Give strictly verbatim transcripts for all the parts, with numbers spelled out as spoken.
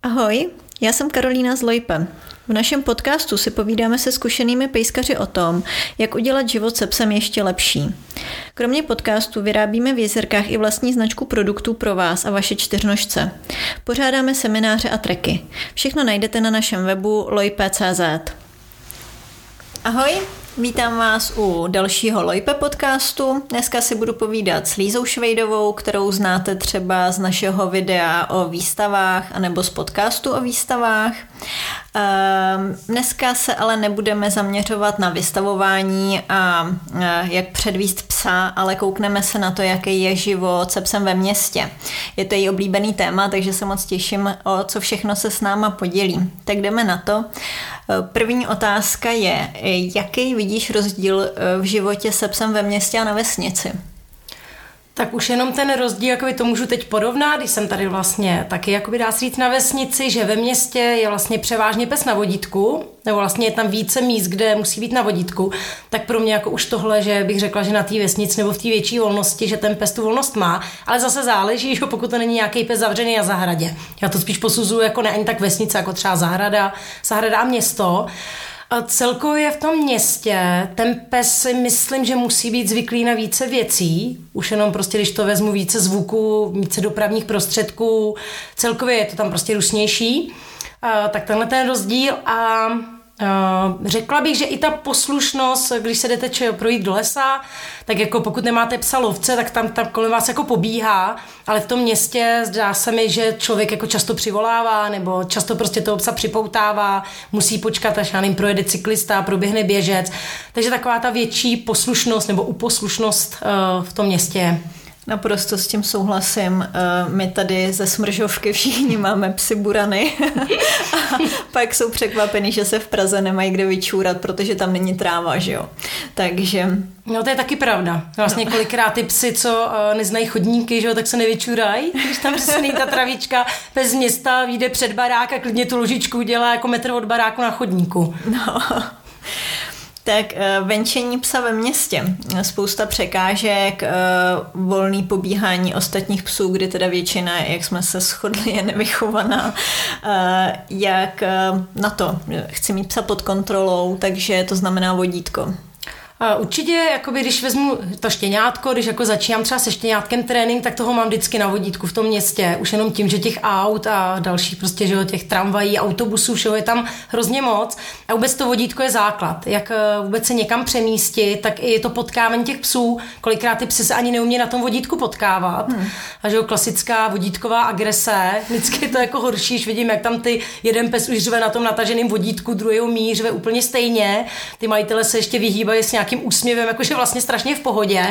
Ahoj, já jsem Karolína z Lojpe. V našem podcastu si povídáme se zkušenými pejskaři o tom, jak udělat život se psem ještě lepší. Kromě podcastu vyrábíme v Jezerkách i vlastní značku produktů pro vás a vaše čtyřnožce. Pořádáme semináře a treky. Všechno najdete na našem webu lojpe tečka cé zet. Ahoj, vítám vás u dalšího Lojpe podcastu. Dneska si budu povídat s Lízou Švejdovou, kterou znáte třeba z našeho videa o výstavách anebo z podcastu o výstavách. Dneska se ale nebudeme zaměřovat na vystavování a jak předvíst psa, ale koukneme se na to, jaký je život se psem ve městě. Je to její oblíbený téma, takže se moc těším, o co všechno se s náma podělí. Tak jdeme na to. První otázka je, jaký vidíš rozdíl v životě se psem ve městě a na vesnici? Tak už jenom ten rozdíl, jakoby to můžu teď porovnat, když jsem tady vlastně taky, jakoby dá se říct na vesnici, že ve městě je vlastně převážně pes na vodítku, nebo vlastně je tam více míst, kde musí být na vodítku, tak pro mě jako už tohle, že bych řekla, že na té vesnici nebo v té větší volnosti, že ten pes tu volnost má, ale zase záleží, že pokud to není nějaký pes zavřený na zahradě. Já to spíš posuzuju jako ne ani tak vesnice, jako třeba zahrada, zahrada a město. A celkově v tom městě ten pes si myslím, že musí být zvyklý na více věcí, už jenom prostě, když to vezmu více zvuků, více dopravních prostředků, celkově je to tam prostě rusnější, a, tak tenhle ten rozdíl a Uh, řekla bych, že i ta poslušnost, když se jdete če, projít do lesa, tak jako pokud nemáte psa lovce, tak tam, tam kolem vás jako pobíhá, ale v tom městě zdá se mi, že člověk jako často přivolává nebo často prostě toho psa připoutává, musí počkat, až já nevím, projede cyklista, proběhne běžec, takže taková ta větší poslušnost nebo uposlušnost uh, v tom městě. Naprosto s tím souhlasím. My tady ze Smržovky všichni máme psy burany a pak jsou překvapení, že se v Praze nemají kde vyčůrat, protože tam není tráva, že jo. Takže... No to je taky pravda. Vlastně no. Kolikrát ty psy, co uh, neznají chodníky, že jo, tak se nevyčurají. Když tam přesně ta travička bez města vyjde před barák a klidně tu ložičku udělá jako metr od baráku na chodníku. No... Tak venčení psa ve městě. Spousta překážek, volný pobíhání ostatních psů, kdy teda většina, jak jsme se shodli, je nevychovaná. Jak na to? Chci mít psa pod kontrolou, takže to znamená vodítko. Určitě, jakoby, když vezmu to štěňátko, když jako začínám třeba se štěňátkem trénink, tak toho mám vždycky na vodítku v tom městě. Už jenom tím, že těch aut a dalších prostě, že jo, těch tramvají, autobusů, všeho je tam hrozně moc. A vůbec to vodítko je základ. Jak vůbec se někam přemístit, tak i to potkávání těch psů. Kolikrát ty psy se ani neumí na tom vodítku potkávat. Hmm. A že jo, klasická vodítková agrese. Vždycky je to jako horší, když vidím, jak tam ty jeden pes už řve na tom nataženém vodítku, druhý umí, řve úplně stejně. Ty majitele se ještě vyhýbají s nějakým úsměvem, jakože vlastně strašně v pohodě.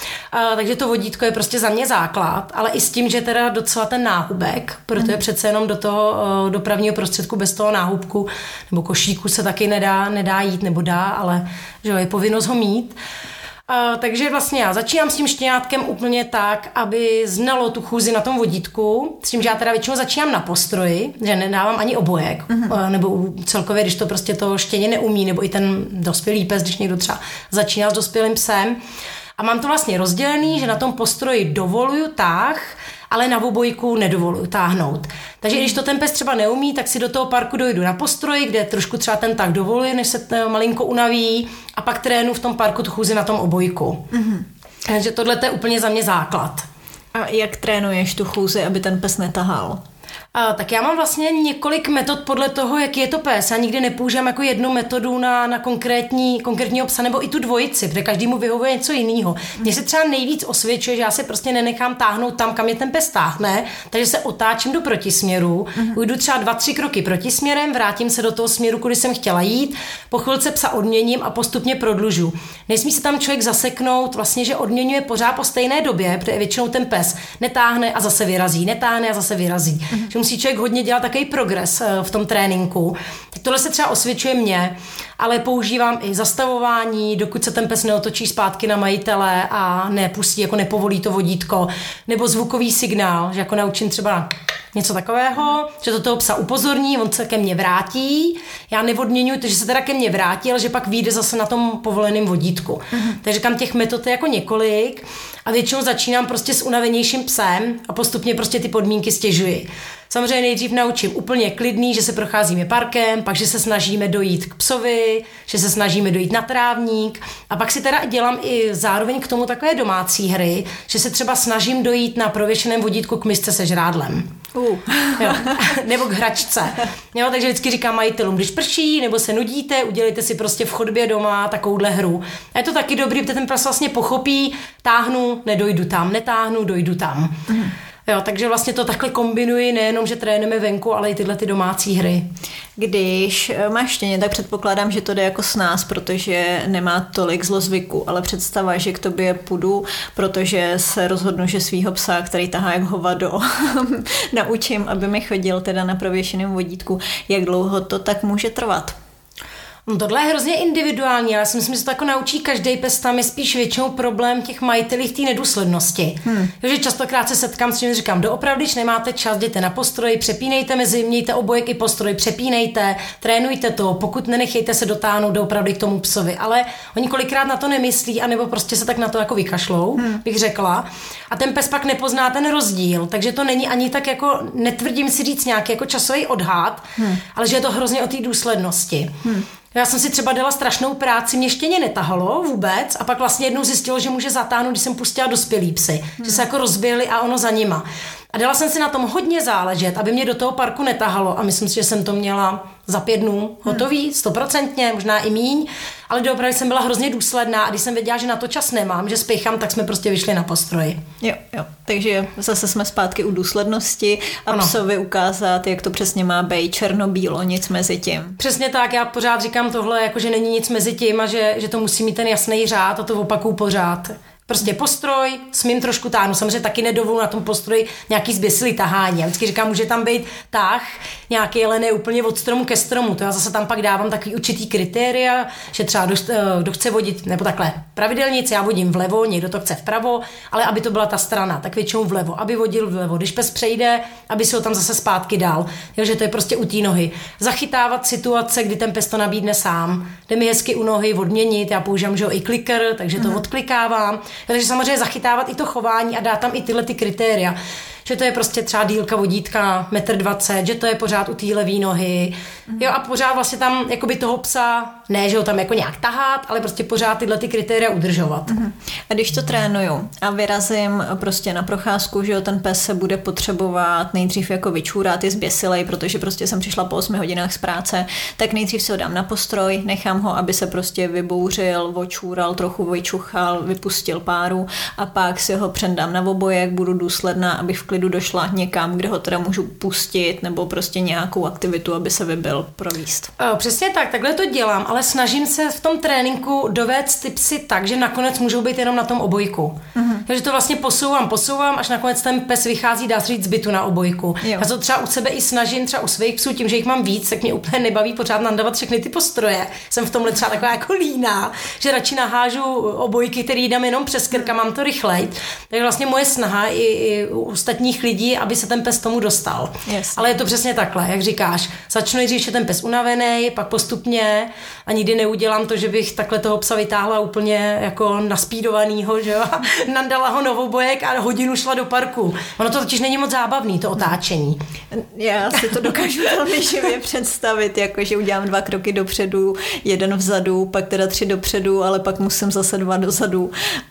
A, takže to vodítko je prostě za mě základ, ale i s tím, že teda docela ten náhubek, protože mm. přece jenom do toho dopravního prostředku bez toho náhubku nebo košíku se taky nedá, nedá jít, nebo dá, ale že jo, je povinnost ho mít. Uh, takže vlastně já začínám s tím štěňátkem úplně tak, aby znalo tu chůzi na tom vodítku, s tím, že já teda většinou začínám na postroji, že nedávám ani obojek, mm-hmm. uh, nebo celkově, když to prostě to štěně neumí, nebo i ten dospělý pes, když někdo třeba začíná s dospělým psem. A mám to vlastně rozdělený, že na tom postroji dovoluju tah, ale na obojku nedovoluju táhnout. Takže když to ten pes třeba neumí, tak si do toho parku dojdu na postroji, kde trošku třeba ten tah dovoluje, než se malinko unaví, a pak trénu v tom parku tu chůzi na tom obojku. Mm-hmm. Takže tohle je úplně za mě základ. A jak trénuješ tu chůzi, aby ten pes netahal? A, tak já mám vlastně několik metod podle toho, jaký je to pes. Já nikdy nepoužívám jako jednu metodu na, na konkrétní, konkrétního psa nebo i tu dvojici, protože každému vyhovuje něco jiného. Mně se třeba nejvíc osvědčuje, že já se prostě nenechám táhnout tam, kam je ten pes táhne, takže se otáčím do protisměru, mm-hmm. ujdu třeba dva, tři kroky protisměrem, vrátím se do toho směru, kudy jsem chtěla jít, po chvilce psa odměním a postupně prodlužu. Nesmí se tam člověk zaseknout, vlastně, že odměňuje pořád po stejné době, protože většinou ten pes netáhne a zase vyrazí, netáhne a zase vyrazí. Mm-hmm. Že musí člověk hodně dělat takový progres v tom tréninku. Tak tohle se třeba osvědčuje mně, ale používám i zastavování, dokud se ten pes neotočí zpátky na majitele a nepustí, jako nepovolí to vodítko, nebo zvukový signál, že jako naučím třeba něco takového, že to toho psa upozorní, on se ke mně vrátí, já neodměňuji, takže se teda ke mně vrátí, ale že pak vyjde zase na tom povoleném vodítku. Mm-hmm. Takže říkám, těch metod je jako několik A většinou začínám prostě s unavenějším psem a postupně prostě ty podmínky stěžuji. Samozřejmě nejdřív naučím úplně klidný, že se procházíme parkem, pak, že se snažíme dojít k psovi, že se snažíme dojít na trávník a pak si teda dělám i zároveň k tomu takové domácí hry, že se třeba snažím dojít na prověšeném vodítku k misce se žrádlem. Uh. Jo. Nebo k hračce. Jo, takže vždycky říkám majitelům, když prší nebo se nudíte, udělejte si prostě v chodbě doma takovouhle hru. A je to taky dobrý, protože ten pes vlastně pochopí, táhnu, nedojdu tam, netáhnu, dojdu tam. Uh. Jo, takže vlastně to takhle kombinuji, nejenom, že trénujeme venku, ale i tyhle ty domácí hry. Když máš štěně, tak předpokládám, že to jde jako s nás, protože nemá tolik zlozvyku, ale představa, že k tobě půjdu, protože se rozhodnu, že svýho psa, který tahá jak hovado, naučím, aby mi chodil teda na prověšeném vodítku, jak dlouho to tak může trvat? No tohle je hrozně individuální, ale já si myslím, že se to jako naučí každý pes, tam je spíš většinou problém těch majitelů v té nedůslednosti. Hmm. Takže častokrát se setkám s tím, že říkám, doopravdy, když nemáte čas, jděte na postroj, přepínejte mezi, mějte obojek i postroj, přepínejte, trénujte to, pokud nenechejte se dotáhnout doopravdy k tomu psovi, ale oni kolikrát na to nemyslí, anebo prostě se tak na to jako vykašlou, hmm. bych řekla. A ten pes pak nepozná ten rozdíl, takže to není ani tak jako, netvrdím si říct nějaký jako časový odhad, hmm. ale že je to hrozně o té důslednosti. Hmm. Já jsem si třeba dala strašnou práci, mě štěně netahalo vůbec a pak vlastně jednou zjistilo, že může zatáhnout, když jsem pustila dospělý psy, hmm. že se jako rozběhli a ono za nima. A dala jsem si na tom hodně záležet, aby mě do toho parku netahalo a myslím si, že jsem to měla za pět dnů hotový, stoprocentně, možná i míň, ale doopravdy jsem byla hrozně důsledná a když jsem věděla, že na to čas nemám, že spěchám, tak jsme prostě vyšli na postroj. Jo, jo, takže zase jsme zpátky u důslednosti a ano. Psovi ukázat, jak to přesně má být, černobílo, nic mezi tím. Přesně tak, já pořád říkám tohle, jako že není nic mezi tím a že, že to musí mít ten jasný řád a to opakuju pořád. Prostě postroj, smím trošku táhnout. Samozřejmě taky nedovolu na tom postroji nějaký zběsilý tahání. Já vždycky říkám, může tam být tah nějaký, ale ne úplně od stromu ke stromu. To já zase tam pak dávám takový určitý kritéria, že třeba kdo, kdo chce vodit, nebo takhle pravidelnice, já vodím vlevo, někdo to chce vpravo, ale aby to byla ta strana, tak většinou vlevo, aby vodil vlevo. Když pes přejde, aby si ho tam zase zpátky dal. Takže to je prostě u té nohy. Zachytávat situace, kdy ten pes to nabídne sám. Jde mi hezky u nohy odměnit, já používám že i kliker, takže to mm. odklikávám. Takže samozřejmě zachytávat i to chování a dát tam i tyhle ty kritéria. Že to je prostě třeba dílka vodítka metr dvacet, že to je pořád u té levý nohy. Mm. Jo a pořád vlastně tam jakoby toho psa, ne, že ho tam jako nějak tahat, ale prostě pořád tyhle ty kritéria udržovat. Mm. A když to trénuju a vyrazím prostě na procházku, že jo, ten pes se bude potřebovat nejdřív jako vyčůrat, je zběsilej, protože prostě jsem přišla po osmi hodinách z práce, tak nejdřív si ho dám na postroj, nechám ho, aby se prostě vybouřil, očůral, trochu vyčuchal, vypustil páru a pak si ho přendám na obojek, budu důsledná, aby v klidu došla někam, kde ho teda můžu pustit nebo prostě nějakou aktivitu, aby se vybil províst. O, přesně tak, takhle to dělám, ale snažím se v tom tréninku dovést ty psy tak, že nakonec můžou být jenom na tom obojku. Mm-hmm. Takže to vlastně posouvám, posouvám, až nakonec ten pes vychází, dá se říct, z bytu na obojku. Jo. Já to třeba u sebe i snažím, třeba u svých psů, tím, že jich mám víc, tak mě úplně nebaví pořád nandavat všechny ty postroje. Jsem v tomhle třeba taková jako líná, že radši nahážu obojky, který dám jenom přes krk a mám to rychlej. Takže vlastně moje snaha i, i u ostatních lidí, aby se ten pes tomu dostal. Yes. Ale je to přesně takhle, jak říkáš. Začnu nejdřív, že ten pes unavený, pak postupně a nikdy neudělám to, že bych takhle toho psa vytáhla úplně jako naspídovanýho, že jo, nandala ho novou bojek a hodinu šla do parku. Ono to totiž není moc zábavný, to otáčení. Já si to dokážu velmi živě představit, jako že udělám dva kroky dopředu, jeden vzadu, pak teda tři dopředu, ale pak musím zase dva dozadu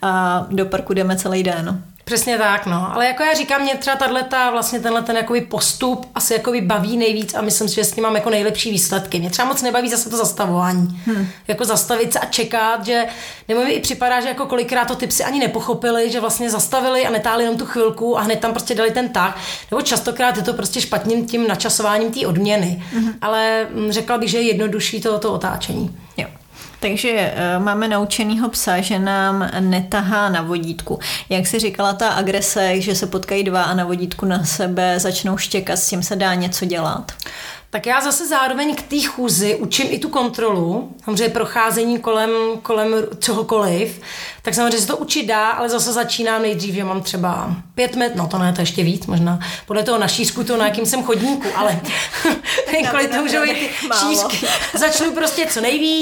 a do parku jdeme celý den. Přesně tak, no. Ale jako já říkám, mě třeba tato, vlastně tenhle ten jakoby postup asi jakoby baví nejvíc a myslím si, že s tím mám jako nejlepší výsledky. Mě třeba moc nebaví zase to zastavování. Hmm. Jako zastavit se a čekat, že nebo mi i připadá, že jako kolikrát to ty psy ani nepochopili, že vlastně zastavili a netáhli jenom tu chvilku a hned tam prostě dali ten tah. Nebo častokrát je to prostě špatným tím načasováním té odměny. Hmm. Ale řekla bych, že je jednodušší to, to otáčení. Jo. Takže uh, máme naučenýho psa, že nám netahá na vodítku. Jak jsi říkala, ta agrese, že se potkají dva a na vodítku na sebe začnou štěkat, s tím se dá něco dělat? Tak já zase zároveň k té chůzi učím i tu kontrolu, samozřejmě procházení kolem, kolem čehokoliv, tak samozřejmě se to učit dá, ale zase začínám nejdřív, že mám třeba pět metrů, no to ne, to ještě víc, možná podle toho na šířku, to na jakým jsem chodníku, ale kvůli tomu, že ty šířky začnu prostě co nejvíc,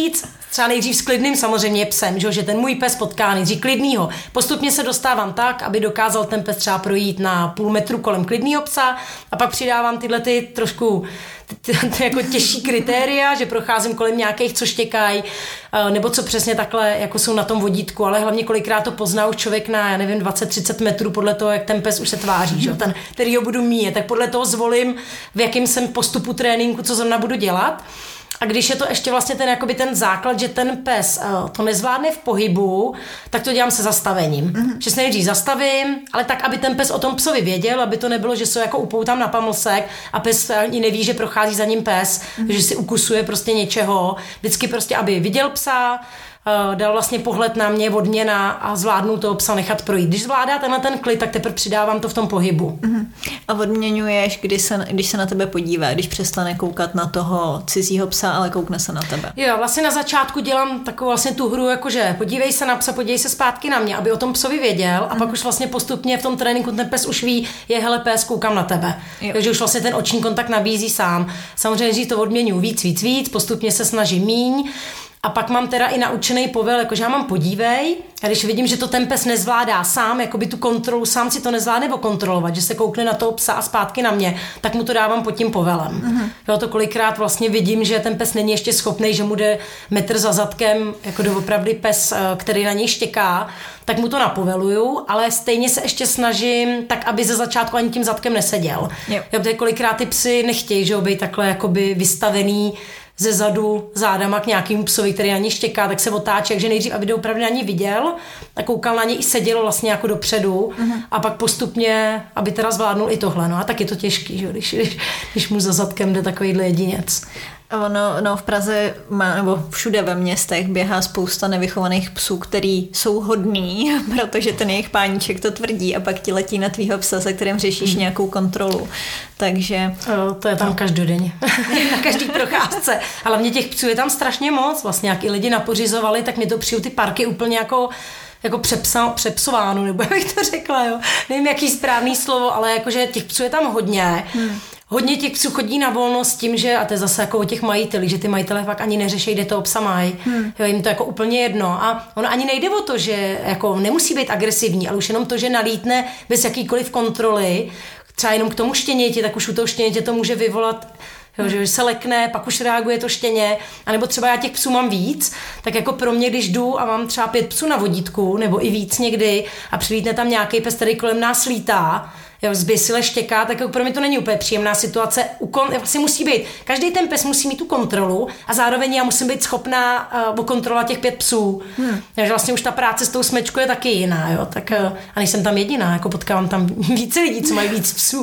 třeba nejdřív s klidným samozřejmě psem, že ten můj pes potká nejdřív klidnýho. Postupně se dostávám tak, aby dokázal ten pes třeba projít na půl metru kolem klidného psa a pak přidávám tyhle ty trošku ty, ty, ty jako těžší kritéria, že procházím kolem nějakých, co štěkají, nebo co přesně takhle jako jsou na tom vodítku, ale hlavně kolikrát to pozná už člověk na, já nevím, dvacet třicet metrů podle toho, jak ten pes už se tváří, že? Ten, který ho budu mít, tak podle toho zvolím, v jakém jsem postupu tréninku, co zrovna budu dělat. A když je to ještě vlastně ten, jakoby ten základ, že ten pes uh, to nezvládne v pohybu, tak to dělám se zastavením. Mm-hmm. Že se nejdřív zastavím, ale tak, aby ten pes o tom psovi věděl, aby to nebylo, že se jako upoutám na pamlsek a pes ani neví, že prochází za ním pes, mm-hmm. že si ukusuje prostě něčeho. Vždycky prostě, aby viděl psa, uh, dal vlastně pohled na mě, odměna a zvládnu toho psa nechat projít. Když zvládá tenhle ten klid, tak teprve přidávám to v tom pohybu. Mm-hmm. A odměňuješ, když se, když se na tebe podívá, když přestane koukat na toho cizího psa, ale koukne se na tebe. Jo, vlastně na začátku dělám takovou vlastně tu hru, jakože podívej se na psa, podívej se zpátky na mě, aby o tom psovi věděl a mm. pak už vlastně postupně v tom tréninku ten pes už ví, je hele pes, koukám na tebe. Jo. Takže už vlastně ten oční kontakt nabízí sám. Samozřejmě, že to odměňuji víc, víc, víc, postupně se snažím míň. A pak mám teda i naučený povel, jakože já mám podívej, a když vidím, že to ten pes nezvládá sám, jakoby tu kontrolu, sám si to nezvládne okontrolovat, že se koukne na toho psa a zpátky na mě, tak mu to dávám pod tím povelem. Mm-hmm. Jo, to kolikrát vlastně vidím, že ten pes není ještě schopný, že mu jde metr za zadkem, jako doopravdy pes, který na něj štěká, tak mu to napoveluju, ale stejně se ještě snažím tak, aby ze začátku ani tím zadkem neseděl. Jo. Jo, protože kolikrát ty psy nechtějí, že být takhle jakoby vystavený ze zadu zádama k nějakému psovi, který na ní štěká, tak se otáčí, takže nejdřív, aby opravdu na ní viděl a koukal na něj i seděl vlastně jako dopředu uh-huh. a pak postupně, aby teda zvládnul i tohle. No a tak je to těžký, že? Když, když, když mu za zadkem jde takovýhle jedinec. Ono, no v Praze má, nebo všude ve městech běhá spousta nevychovaných psů, který jsou hodný, protože ten jejich páníček to tvrdí a pak ti letí na tvýho psa, se kterým řešíš mm. nějakou kontrolu. Takže... O, to je tam no. každodenně. Na každý procházce. Ale mě těch psů je tam strašně moc. Vlastně jak i lidi napořizovali, tak mě to přijou ty parky úplně jako jako přepsa, přepsováno, nebo jak bych to řekla, jo. Nevím, jaký správný slovo, ale jakože těch psů je tam hodně. Hmm. Hodně těch psů chodí na volno s tím, že, a to je zase jako o těch majitelích, že ty majitelé fakt ani neřeší, kde toho psa mají. Hmm. Jo, jim to jako úplně jedno. A ono ani nejde o to, že jako nemusí být agresivní, ale už jenom to, že nalítne bez jakýkoliv kontroly, třeba jenom k tomu štěněti, tak už u toho štěnětě to může vyvolat, jo, že se lekne, pak už reaguje to štěně, anebo třeba já těch psů mám víc, tak jako pro mě, když jdu a mám třeba pět psů na vodítku, nebo i víc někdy a přilítne tam nějaký pes, který kolem nás lítá, jo, zběsile štěká, tak jako pro mě to není úplně příjemná situace. Ukon, vlastně musí být, každý ten pes musí mít tu kontrolu a zároveň já musím být schopná uh, okontrolovat těch pět psů. Hmm. Takže vlastně už ta práce s tou smečkou je taky jiná, jo, tak uh, a nejsem tam jediná, jako potkávám tam více lidí, co mají víc psů.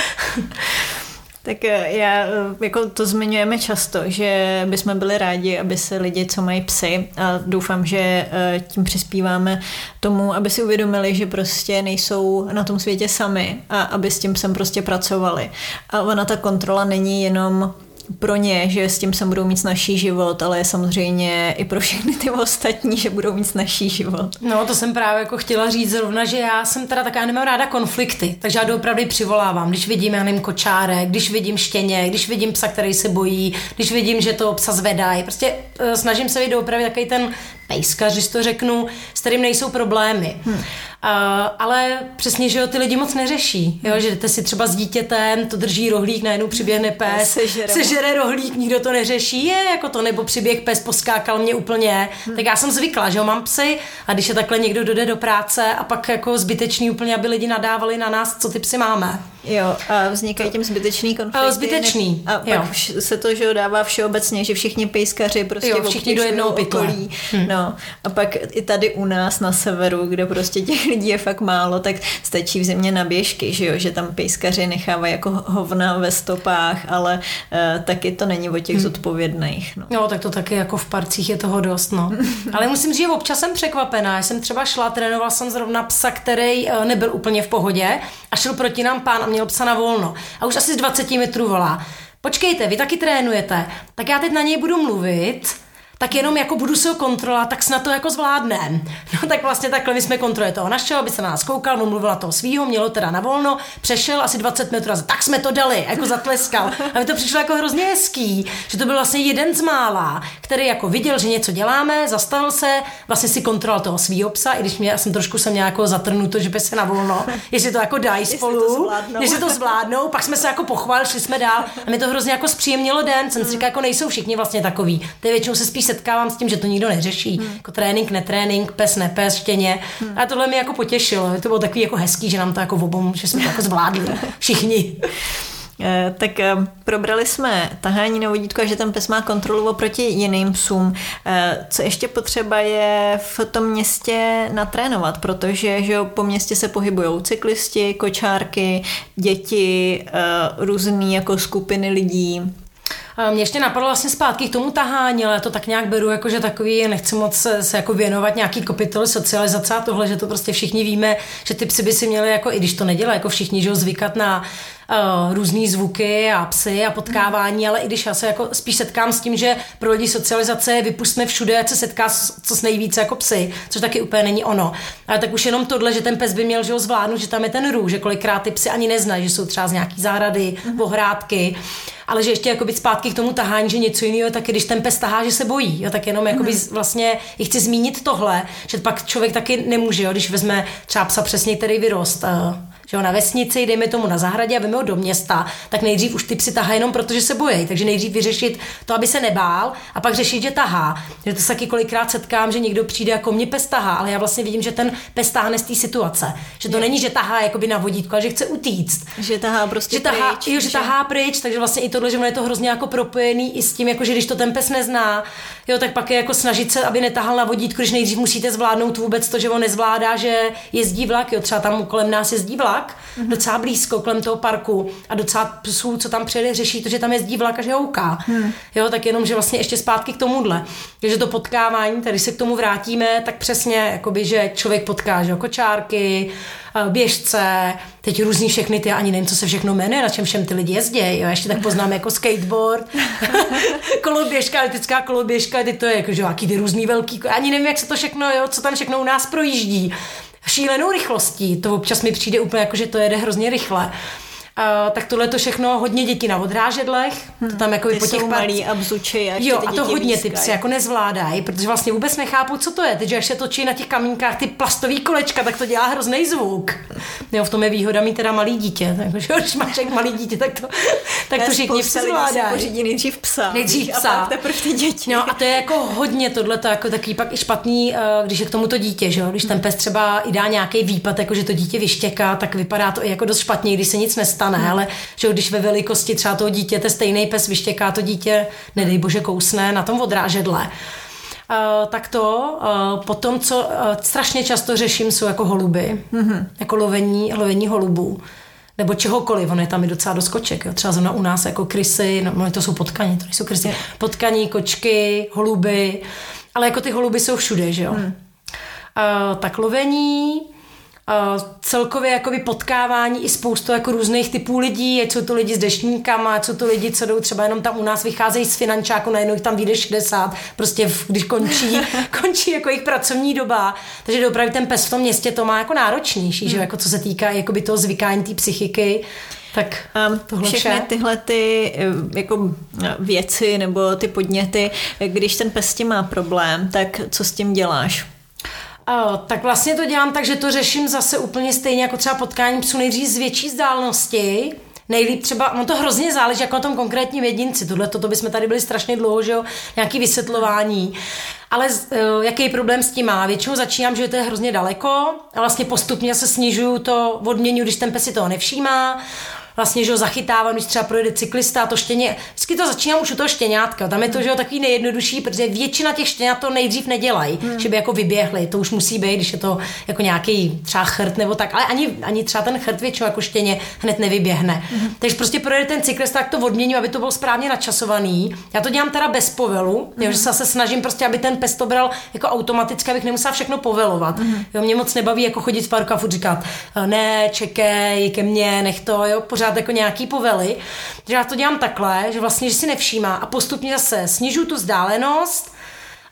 Tak já, jako to zmiňujeme často, že bychom byli rádi, aby se lidi, co mají psy, a doufám, že tím přispíváme tomu, aby si uvědomili, že prostě nejsou na tom světě sami a aby s tím sem prostě pracovali. A ona ta kontrola není jenom pro ně, že s tím se budou mít snazší život, ale je samozřejmě i pro všechny ty ostatní, že budou mít snazší život. No, to jsem právě jako chtěla říct zrovna, že já jsem teda taková, nemám ráda konflikty, takže já doopravdy přivolávám, když vidím, já nevím, kočárek, když vidím štěně, když vidím psa, který se bojí, když vidím, že to psa zvedají, prostě uh, snažím se být doopravdy takový ten pejskař, když to řeknu, s kterým nejsou problémy. Hmm. Uh, ale přesně, že jo, ty lidi moc neřeší, jo, že jdete si třeba s dítětem, to drží rohlík, najednou přiběhne pes, sežere, sežere rohlík, nikdo to neřeší, je jako to, nebo přiběh pes, poskákal mě úplně, hmm. tak já jsem zvykla, že jo, mám psy a když je takhle někdo dojde do práce a pak jako zbytečný úplně, aby lidi nadávali na nás, co ty psy máme. Jo, a vznikají tím zbytečný konflikty. Zbytečný, a pak jo. se to, že jo, dává všeobecně, že všichni pejskaři prostě jo, všichni do jednoho okolí. Hmm. No, a pak i tady u nás na severu, kde prostě těch lidí je fakt málo, tak stačí v zimě na běžky, že jo, že tam pejskaři nechávají jako hovna ve stopách, ale uh, taky to není o těch hmm. zodpovědných. No. no, tak to taky jako v parcích je toho dost, no. Ale musím říct, že občas jsem překvapená. Já jsem třeba šla, trénovala jsem zrovna psa, který uh, nebyl úplně v pohodě a šel proti nám pán a měl psa na volno. A už asi z dvacet metrů volá: počkejte, vy taky trénujete, tak já teď na něj budu mluvit, tak jenom jako budu se ho kontrolovat, tak snad to jako zvládnem. No tak vlastně takhle my jsme kontrolovali toho našeho, aby se na nás koukal, on mluvil na toho svýho, mělo teda na volno, přešel asi dvacet metrů a tak jsme to dali, jako zatleskal. A mi to přišlo jako hrozně hezký, že to byl vlastně jeden z mála, který jako viděl, že něco děláme, zastavil se, vlastně si kontroloval toho svýho psa, i když mě, já jsem trošku jsem nějakou zatrnuto, že by se na volno, jestli to jako dají spolu, jestli to zvládnou, pak jsme se jako pochválili, šli jsme dál a mi to hrozně jako zpříjemnilo den, jsem si říkala, jako nejsou všichni vlastně takový. Ty většinou se spíš setkávám s tím, že to nikdo neřeší. Hmm. Jako trénink, netrénink, pes, nepes, štěně. Hmm. A tohle mě jako potěšilo. To bylo takový jako hezký, že nám to jako v obou, že jsme to jako zvládli. Všichni. E, tak e, probrali jsme tahání na vodítku a že ten pes má kontrolu oproti jiným psům. E, co ještě potřeba je v tom městě natrénovat, protože že po městě se pohybují cyklisti, kočárky, děti, e, různý jako skupiny lidí. Mě ještě napadlo vlastně zpátky k tomu tahání, ale já to tak nějak beru, jako že takový, nechci moc se, se jako věnovat nějaký kapitoly socializace a tohle, že to prostě všichni víme, že ty psy by si měli, jako, i když to nedělá, jako všichni, že ho zvykat na uh, různý zvuky a psy a potkávání, ale i když já se jako spíš setkám s tím, že pro lidi socializace je vypustme všude, ať se setká s, co s nejvíce jako psy, což taky úplně není ono. Ale tak už jenom tohle, že ten pes by měl, že ho zvládnout, že tam je ten růh, že kolikrát ty psy ani neznají, že jsou třeba z nějaký zahrady, mm. ohrádky. Ale že ještě jako být zpátky k tomu tahání, že něco jiného, tak když ten pes tahá, že se bojí, jo, tak jenom jakoby mm. vlastně i chci zmínit tohle, že pak člověk taky nemůže, jo, když vezme třeba psa přesně, který vyrost, uh, že ho na vesnici, dejme tomu na zahradě a veme ho do města, tak nejdřív už ty psy tahá jenom proto, že se bojí, takže nejdřív vyřešit to, aby se nebál a pak řešit, že tahá. Že to se taky kolikrát setkám, že někdo přijde jako mě pes tahá, ale já vlastně vidím, že ten pes táhne z té situace, že to je. Není, že tahá jakoby na vodítku, ale že chce utíct. Že tahá prostě že tahá, pryč. Jo, že tahá pryč, takže vlastně i tohle, že je to hrozně jako propojený i s tím, jako že když to ten pes nezná, jo, tak pak je jako snažit se, aby netahal na vodítku, když nejdřív musíte zvládnout vůbec to, že on nezvládá, že jezdí vlak, jo, třeba tam kolem nás jezdí vlak, mm-hmm. docela blízko kolem toho parku a docela psů, co tam přijede, řeší to, že tam jezdí vlak a že houká. Mm. Jo, tak jenom, že vlastně ještě zpátky k tomuhle. Takže to potkávání, tady se k tomu vrátíme, tak přesně, jakoby, že člověk potká, že jo, kočárky, běžce, teď různý všechny ty, ani nevím, co se všechno jmenuje, na čem všem ty lidi jezdí, jo, ještě tak poznám jako skateboard, koloběžka, letecká koloběžka, teď to je jako, že jaký ty různý velký, ani nevím, jak se to všechno, jo, co tam všechno u nás projíždí, šílenou rychlostí, to občas mi přijde úplně jako, že to jede hrozně rychle. Uh, tak tohle to všechno hodně dětí na odrážedlech, hmm. to tam jako po těch malí a bzuči a ještě jo, ty a to hodně výskaj. Ty psy jako nezvládají, protože vlastně vůbec nechápou, co to je. Teď, až se točí na těch kamínkách ty plastový kolečka, tak to dělá hrozný zvuk. Jo, v tom je výhoda mít teda malý dítě. Takže když máš jak malý dítě, tak to, tak to všichni psy zvládají. Pořídí nejdřív psa. Nejdřív psa. A pak teprve ty děti. No a to je jako hodně tohleto, jako takový pak i špatný, když je k tomu to dítě, že jo? Když ten pes třeba i dá nějaký výpad, jako že to dítě vyštěká, tak vypadá to i jako dost špatně, když se nic nestane, hmm. ale že když ve velikosti třeba toho dítěte stejný pes vyštěká to dítě, nedej bože kousne na tom odrážedle. Uh, tak to, uh, potom, co uh, strašně často řeším, jsou jako holuby, mm-hmm. jako lovení, lovení holubů. Nebo čehokoliv, ono je tam i docela dost koček, jo. Třeba zrovna u nás jako krysy, no to jsou potkaní, to nejsou krysy, potkaní, kočky, holuby, ale jako ty holuby jsou všude, že jo. Mm. Uh, tak lovení, Uh, celkově jakoby potkávání i spoustu jako různých typů lidí, ať jsou to lidi s deštníkama, ať jsou to lidi, co jdou třeba jenom tam u nás, vycházejí z finančáku, najednou jich tam vyjde šedesát, prostě v, když končí, končí jako jejich pracovní doba, takže opravdu ten pes v tom městě to má jako náročnější, hmm. že jako co se týká jakoby toho zvykání té psychiky. Tak um, všechny vše. Tyhle ty jako věci nebo ty podněty, když ten pes s tím má problém, tak co s tím děláš? Uh, tak vlastně to dělám tak, že to řeším zase úplně stejně jako třeba potkání psů nejdřív z větší vzdálenosti. Nejlíp třeba, no to hrozně záleží jako na tom konkrétním jedinci, tohle to bychom tady byli strašně dlouho, že jo, nějaký vysvětlování. Ale uh, jaký problém s tím má? Většinou začínám, že to je hrozně daleko a vlastně postupně se snižuju to odměňu, když ten pes si toho nevšímá. Vlastně, že ho zachytávám, když třeba projede cyklista, to štěně, vždycky to začínám už u toho štěňátka, tam je to, že ho takový nejjednodušší, protože většina těch štěňat to nejdřív nedělají, hmm. že by jako vyběhli, to už musí být, když je to jako nějaký třeba chrt nebo tak, ale ani, ani třeba ten chrt většinou jako štěně hned nevyběhne. Hmm. Takže prostě projede ten cyklista, tak to odměňu, aby to bylo správně načasovaný. Já to dělám teda bez povelu, hmm. jo, že se zase snažím prostě, aby ten pes to bral jako automaticky, abych nemusela všechno povelovat. Hmm. Jo, mě moc nebaví jako chodit v parku a furt říkat, ne, čekej, ke mně, nech to, jo, pořád jako nějaký povely, že já to dělám takhle, že vlastně, že si nevšímá a postupně zase snižuju tu vzdálenost,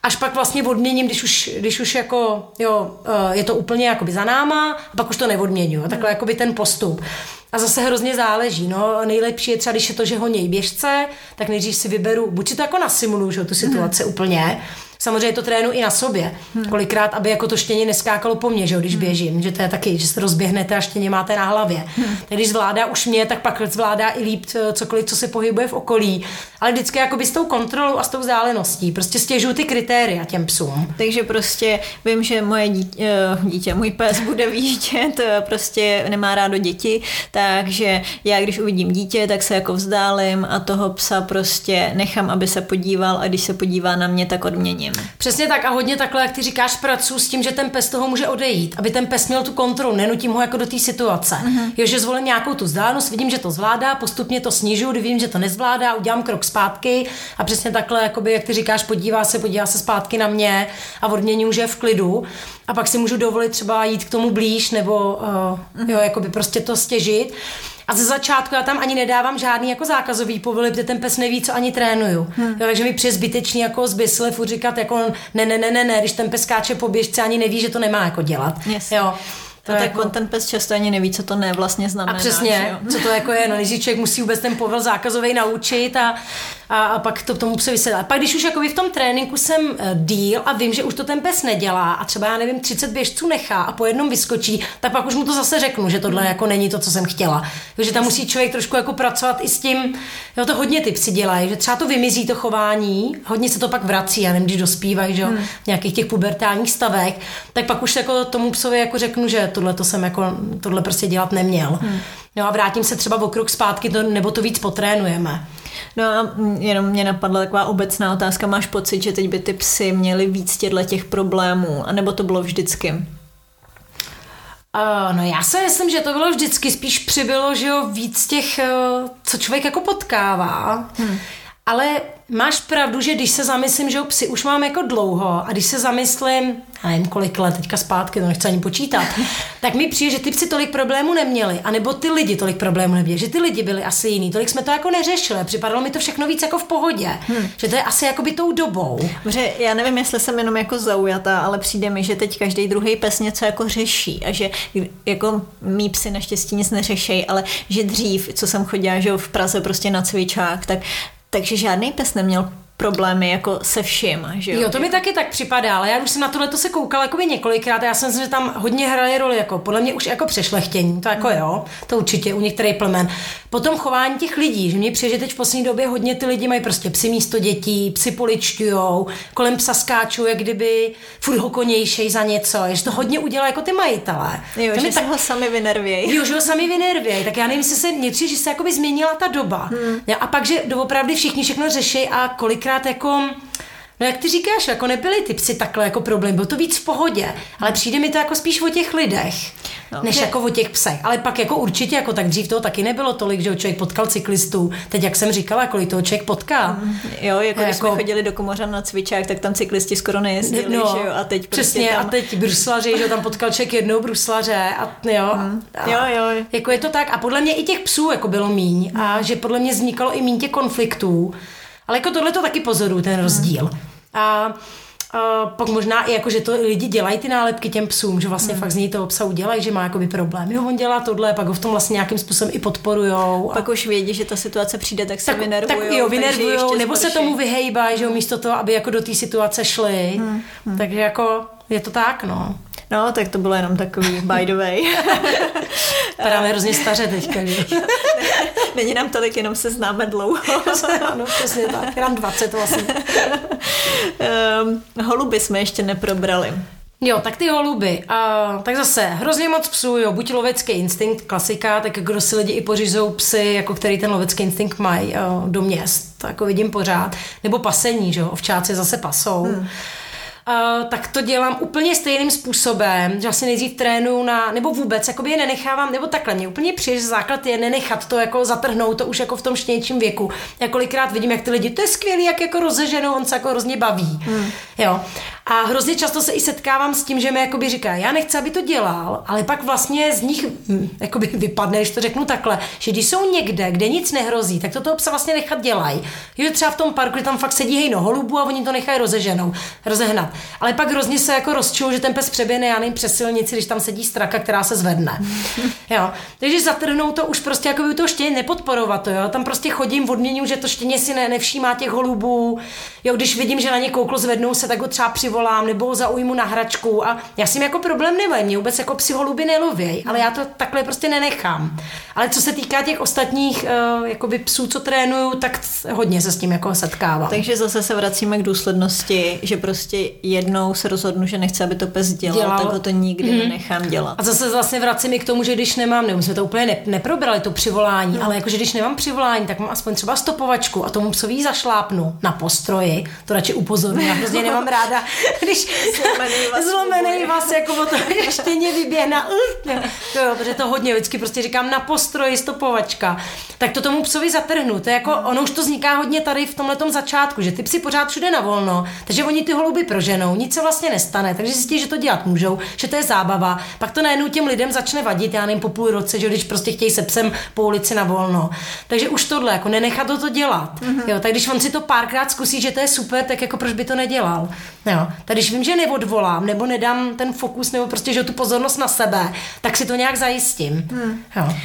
až pak vlastně odměním, když už, když už jako, jo, je to úplně jakoby za náma, a pak už to neodměňuji. Takhle jakoby ten postup. A zase hrozně záleží, no, nejlepší je třeba, když je to, že honěj běžce, tak nejdřív si vyberu, buď si to jako nasimuluju, že tu situaci hmm. úplně, samozřejmě to trénu i na sobě, hmm. kolikrát, aby jako to štěně neskákalo po mně, že když běžím, že to je taky, že se rozběhnete a štěně máte na hlavě. Hmm. Tak když zvládá už mě, tak pak zvládá i líp cokoliv, co se pohybuje v okolí, ale vždycky jakoby s tou kontrolou a s tou vzdáleností, prostě stěžuju ty kritéria těm psům. Takže prostě vím, že moje dítě, dítě můj pes bude výjíždět, prostě nemá rádo děti, takže já když uvidím dítě, tak se jako vzdálím a toho psa prostě nechám, aby se podíval a když se podívá na mě, tak odměním. Přesně tak a hodně takhle, jak ty říkáš, pracuji s tím, že ten pes toho může odejít, aby ten pes měl tu kontrolu, nenutím ho jako do té situace. Uh-huh. Jo, že zvolím nějakou tu vzdálenost, vidím, že to zvládá, postupně to snižuju, když vím, že to nezvládá, udělám krok zpátky a přesně takhle, jakoby, jak ty říkáš, podívá se, podívá se zpátky na mě a odměním, že je v klidu a pak si můžu dovolit třeba jít k tomu blíž nebo uh, uh-huh. jo, jakoby prostě to stěžit. A ze začátku já tam ani nedávám žádný jako zákazový povely, protože ten pes neví, co ani trénuju. Hmm. Jo, takže mi přijde zbytečný jako zbysle furt říkat jako ne, ne, ne, ne, ne, když ten pes skáče po běžce, ani neví, že to nemá jako dělat. Yes. Jo. To no tak jako... on ten pes často ani neví, co to ne vlastně znamená. A přesně, co to jako je, no, když člověk musí vůbec ten povel zákazový naučit a, a, a pak to tomu pse vysvětlit. A pak když už jako v tom tréninku jsem díl a vím, že už to ten pes nedělá a třeba já nevím, třicet běžců nechá a po jednom vyskočí, tak pak už mu to zase řeknu, že tohle jako není to, co jsem chtěla. Takže tam musí člověk trošku jako pracovat i s tím, jo, to hodně ty psi dělají, že třeba to vymizí to chování, hodně se to pak vrací, já nevím, když dospívají, že jo, hmm. v nějakých těch pubertálních stavech, tak pak už jako tomu psovi jako řeknu, že tohle to jsem jako, tohle prostě dělat neměl. Hmm. No a vrátím se třeba o krok zpátky, to, nebo to víc potrénujeme. No a jenom mě napadla taková obecná otázka, máš pocit, že teď by ty psy měly víc těchto těch problémů, anebo to bylo vždycky? Uh, no já si myslím, že to bylo vždycky, spíš přibylo, že jo, víc těch, uh, co člověk jako potkává. Hmm. Ale máš pravdu, že když se zamyslím, že psi už mám jako dlouho a když se zamyslím, já nevím kolik let teďka zpátky, to nechci ani počítat, tak mi přijde, že ty psi tolik problémů neměli, anebo ty lidi tolik problémů neměli, že ty lidi byli asi jiný, tolik jsme to jako neřešili, připadalo mi to všechno víc jako v pohodě, hmm. že to je asi jako by tou dobou. Dobře, já nevím, jestli jsem jenom jako zaujatá, ale přijde mi, že teď každý druhý pes něco jako řeší a že jako mý psi naštěstí nic neřešejí, ale že dřív, co jsem chodila, že v Praze prostě na cvičák, tak takže žádný pes neměl problémy jako se vším, že jo? Jo, to mi taky tak připadá, ale já už jsem na tohle to se koukala jako by několikrát a já jsem si, že tam hodně hraje roli, jako podle mě už jako přešlechtění, to jako jo, to určitě u některých plemen. Potom chování těch lidí, že mě přijde, že teď v poslední době hodně ty lidi mají prostě psy místo dětí, psy poličťujou, kolem psa skáčou, jak kdyby furt hokonějšej za něco, že to hodně udělá jako ty majitelé. Jo, to že tak... se ho sami vynervějí. Jo, že ho sami vynervějí, tak já nevím, jestli se mě přijde, že se jakoby změnila ta doba. Hmm. A pak, že doopravdy všichni všechno řeší a kolikrát jako no jak ty říkáš, jako nebyly ty psy takhle jako problém, bylo to víc v pohodě, ale přijde mi to jako spíš o těch lidech, no, než jako o těch psech, ale pak jako určitě, jako tak dřív toho taky nebylo tolik, že člověk potkal cyklistů, teď jak jsem říkala, kolik toho člověk potká. Mm, jo, jako když jako... jsme chodili do Komořan na cvičák, tak tam cyklisti skoro nejezdili, no, že jo, a teď přesně, prostě tam... a teď bruslaři, že tam potkal člověk jednou bruslaře a jo. Mm, a, jo, jo. Jako je to tak a podle mě i těch psů jako bylo míň a že podle mě vznikalo i míň těch konfliktů. Ale jako tohle to taky pozoruju, ten rozdíl. A, a pak možná i jako, že to lidi dělají ty nálepky těm psům, že vlastně hmm. fakt z něj toho psa udělají, že má jakoby problém. Jo, on dělá tohle, pak ho v tom vlastně nějakým způsobem i podporujou. A... Pak už vědí, že ta situace přijde, tak se tak, vynervujou. Tak jo, vynervujou, nebo se tomu vyhejbají, že jo, místo toho, aby jako do té situace šli. Hmm. Hmm. Takže jako je to tak, no. No, tak to bylo jenom takový by the way. Padáme hrozně staře teďka, že? Není nám tolik, jenom se známe dlouho. Ano, přesně tak, jenom dvacet vlastně. um, holuby jsme ještě neprobrali. Jo, tak ty holuby. A, tak zase hrozně moc psů, jo, buď lovecký instinkt, klasika, tak kdo si lidi i pořizou psy, jako který ten lovecký instinkt mají jo, do měst, to jako vidím pořád. Nebo pasení, že jo, ovčáci zase pasou. Hmm. Uh, tak to dělám úplně stejným způsobem, že vlastně nejdřív trénuju na, nebo vůbec, jakoby je nenechávám, nebo takhle, mě úplně přijde, že základ je nenechat to jako zatrhnout, to už jako v tom štěnějším věku. Já kolikrát vidím, jak ty lidi, to je skvělý, jak jako rozeženou, on se jako hrozně baví. Hmm. Jo. A hrozně často se i setkávám s tím, že mi jakoby říká, já nechci, aby to dělal, ale pak vlastně z nich hm, jakoby vypadne, když to řeknu takhle, že když jsou někde, kde nic nehrozí, tak to toho psa vlastně nechat dělají. Jo, třeba v tom parku, kde tam fakt sedí hejno holubů a oni to nechají rozeženou, rozehnat. Ale pak hrozně se jako rozčují, že ten pes přeběhne, já nevím, přes silnici, když tam sedí straka, která se zvedne. Jo. Takže zatrhnou to už prostě jako by to štěně nepodporovat to, jo. Tam prostě chodím, odměňuji, že to štěně si ne, nevšímá těch holubů. Jo, když vidím, že na ně kouklo, zvednou se, tak ho třeba přivolám nebo ho zaujmu na hračku a já s tím jako problém nemám, mě vůbec jako psi holuby nelověj, ale já to takhle prostě nenechám. Ale co se týká těch ostatních uh, jakoby psů, co trénuju, tak hodně se s tím jako setkávám. Takže zase se vracíme k důslednosti, že prostě jednou se rozhodnu, že nechci, aby to pes dělal, dělal. tak ho to nikdy mm-hmm. nenechám dělat. A zase vlastně vracím i k tomu, že když nemám, nebo jsme to úplně ne, neprobrali, to přivolání, no. ale jakože když nemám přivolání, tak mám aspoň třeba stopovačku a tomu psovi zašlápnu na postroji, to radši upozorňuji, já hrozně nemám ráda, když zlomený vás jako o to štěně vyběhne, jo, protože to hodně vždycky prostě říkám na postroji stopovačka, tak to tomu psovi zatrhnu, to je jako, ono už to vzniká hodně tady v tomhletom začátku, že ty psi pořád všude na volno, takže oni ty holuby proženou, nic se vlastně nestane, takže zjistí, že to dělat můžou, že to je zábava, pak to najednou těm lidem začne vadit, já nevím, po půl roce, že když prostě chtějí se psem po ulici na volno. Takže už tohle, jako nenechat to, to dělat. Mm-hmm. Jo, tak když on si to párkrát zkusí, že to je super, tak jako proč by to nedělal. Jo, tak když vím, že neodvolám, nebo nedám ten fokus, nebo prostě, že tu pozornost na sebe, tak si to nějak zajistím. Mm. Jo. Uh,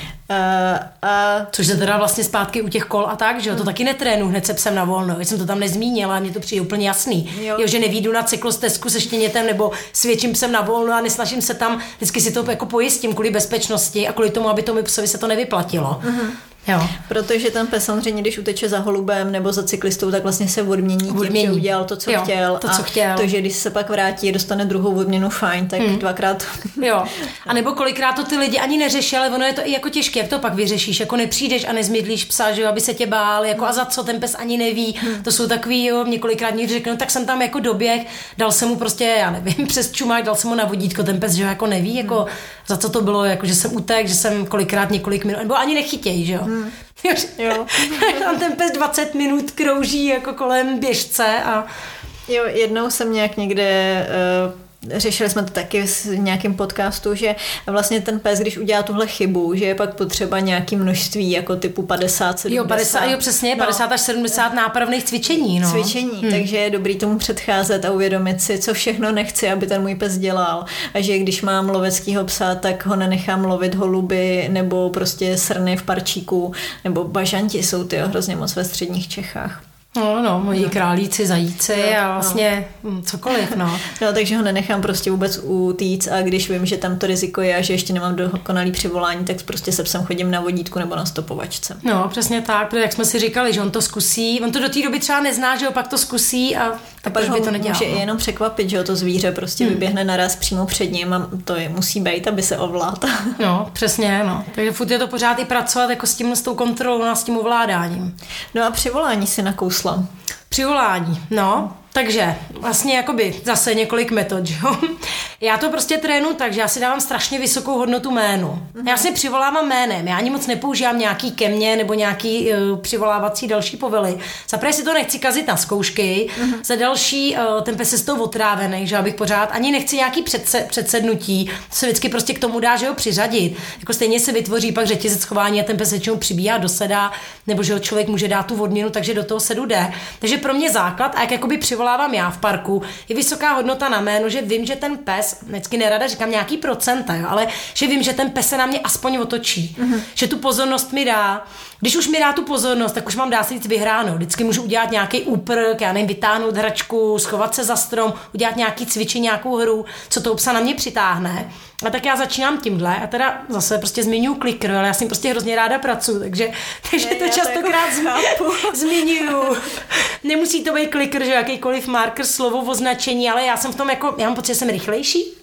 uh, Což se teda vlastně zpátky u těch kol a tak, že jo, to taky netrénu hned se psem na volno. Já jsem to tam nezmínila, mně to přijde úplně jasný. Jo. Jo, že nevídu na cyklostezku se štěnětem nebo s větším psem na volno a nesnažím se tam, vždycky si to jako pojistím kvůli bezpečnosti a kvůli tomu, aby tomu psovi se to nevyplatilo. Mm-hmm. Jo. Protože ten pes samozřejmě, když uteče za holubem nebo za cyklistou, tak vlastně se odmění, odmění. tím, že udělal to, co jo, chtěl. To, co a chtěl. to, že když se pak vrátí, dostane druhou odměnu, fajn, tak hmm. dvakrát. Jo. A nebo kolikrát to ty lidi ani neřeší, ale ono je to i jako těžké, jak to pak vyřešíš, jako nepřijdeš a nezmydlíš psa, že jo, aby se tě bál, jako a za co ten pes ani neví. Hmm. To jsou takový, jo, několikrát někdo řekne, no, tak jsem tam jako doběh, dal jsem mu prostě, já nevím, přes čumák, dal jsem mu na vodítko, ten pes, že jo, jako neví, jako hmm. za co to bylo, jako že jsem utek, že jsem kolikrát několik minut, nebo ani nechytěj, že jo. Hmm. Jo. Tam ten pes dvacet minut krouží jako kolem běžce a... Jo, jednou jsem nějak někde... Uh... Řešili jsme to taky v nějakém podcastu, že vlastně ten pes, když udělá tuhle chybu, že je pak potřeba nějaký množství, jako typu padesát, sedmdesát. Jo, padesát, jo přesně, no. padesát až sedmdesát nápravných cvičení. No. Cvičení, hmm. takže je dobrý tomu předcházet a uvědomit si, co všechno nechci, aby ten můj pes dělal. A že když mám loveckýho psa, tak ho nenechám lovit holuby nebo prostě srny v parčíku, nebo bažanti jsou ty hrozně moc ve středních Čechách. No, no, moji no. králíci, zajíci no, a vlastně no. cokoliv, no. No, takže ho nenechám prostě vůbec utíct a když vím, že tam to riziko je a že ještě nemám dokonalý přivolání, tak prostě se psem chodím na vodítku nebo na stopovačce. No, přesně tak, protože jak jsme si říkali, že on to zkusí, on to do té doby třeba nezná, že opak to zkusí a tak proč by to nedělal. Může no. jenom překvapit, že ho to zvíře prostě hmm. vyběhne naraz přímo před ním a to je, musí být, aby se ovládl. No, přesně, no. Takže furt je to pořád i pracovat jako s tím, s tou kontrolou a s tím ovládáním. No a přivolání si nakousla. Přivolání, no. Takže vlastně jakoby zase několik metod, jo. Já to prostě trénu tak, že já si dávám strašně vysokou hodnotu jménu. Mm-hmm. Já si přivolávám jménem, já ani moc nepoužívám nějaký ke mně nebo nějaký uh, přivolávací další povely. Zaprvé si to nechci kazit na zkoušky, mm-hmm. za další uh, ten pes je z toho otrávený, že abych pořád ani nechci nějaký předse, předsednutí, to se vždycky prostě k tomu dá, že ho přiřadit. Jako stejně se vytvoří pak řetězec chování a ten pes většinou přibíhá, dosedá, nebo že ho člověk může dát tu odměnu, takže do toho sedu jde. Takže pro mě základ a jak jakoby přivolávám já v parku, je vysoká hodnota na jméno, že vím, že ten pes, vždycky nerada říkám nějaký procenta, jo, ale že vím, že ten pes se na mě aspoň otočí, mm-hmm. že tu pozornost mi dá. Když už mi dá tu pozornost, tak už mám dá se říct vyhráno. Vždycky můžu udělat nějaký úprk, já nevím, vytáhnout hračku, schovat se za strom, udělat nějaký cvičení, nějakou hru, co toho psa na mě přitáhne. A tak já začínám tímhle a teda zase prostě zmiňuji klikr, ale já s ním prostě hrozně ráda pracuji, takže, takže ne, to častokrát jako zmiňuju. Nemusí to být klikr, že jakýkoliv marker, slovo, označení, ale já jsem v tom jako, já mám pocit, že jsem rychlejší.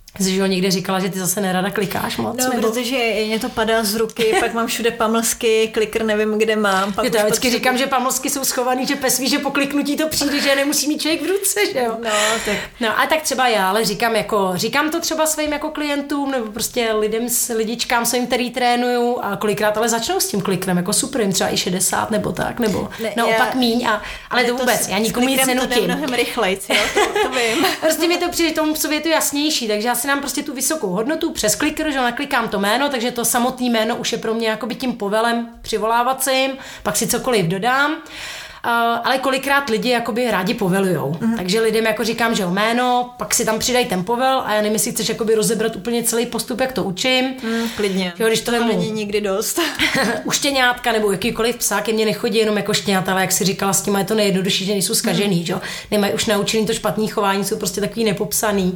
Jsi ho někde říkala, že ty zase nerada klikáš moc? No, nebo... protože mě to padá z ruky, pak mám všude pamlsky, klikr nevím, kde mám. Pak já vždycky potřebuji... říkám, že pamlsky jsou schovaný, že pes ví, že po kliknutí to přijde, že nemusí mít člověk v ruce, že jo? No, tak. No, a tak třeba já, ale říkám jako, říkám to třeba svým jako klientům, nebo prostě lidem, lidičkám svým, který trénuju a kolikrát ale začnou s tím klikrem, jako super, jim třeba i šedesát nebo tak, nebo ne, naopak já... míň, a, ale to vůbec, já nikomu nic nenutím. To jde mnohem rychlejc, jo, to, to vím. Prostě mi to přijde tomu sobě to jasnější, takže já si nám prostě tu vysokou hodnotu přes klikr, že naklikám to jméno, takže to samotné jméno už je pro mě jakoby tím povelem přivolávacím, pak si cokoliv dodám. Uh, ale kolikrát lidi jakoby rádi povelujou. Mm. Takže lidem jako říkám, že jo, jméno, pak si tam přidají ten povel a já nevím, jestli chceš jakoby rozebrat úplně celý postup, jak to učím. Mm, klidně. Jo, když to, to vemu, není nikdy dost. U štěňátka nebo jakýkoliv psa, ke mně nechodí jenom jako štěňata, ale jak si říkala, s tím je to nejjednodušší, že nejsou zkažený, mm. že jo. Nemají už naučený to špatný chování, jsou prostě takový nepopsaný.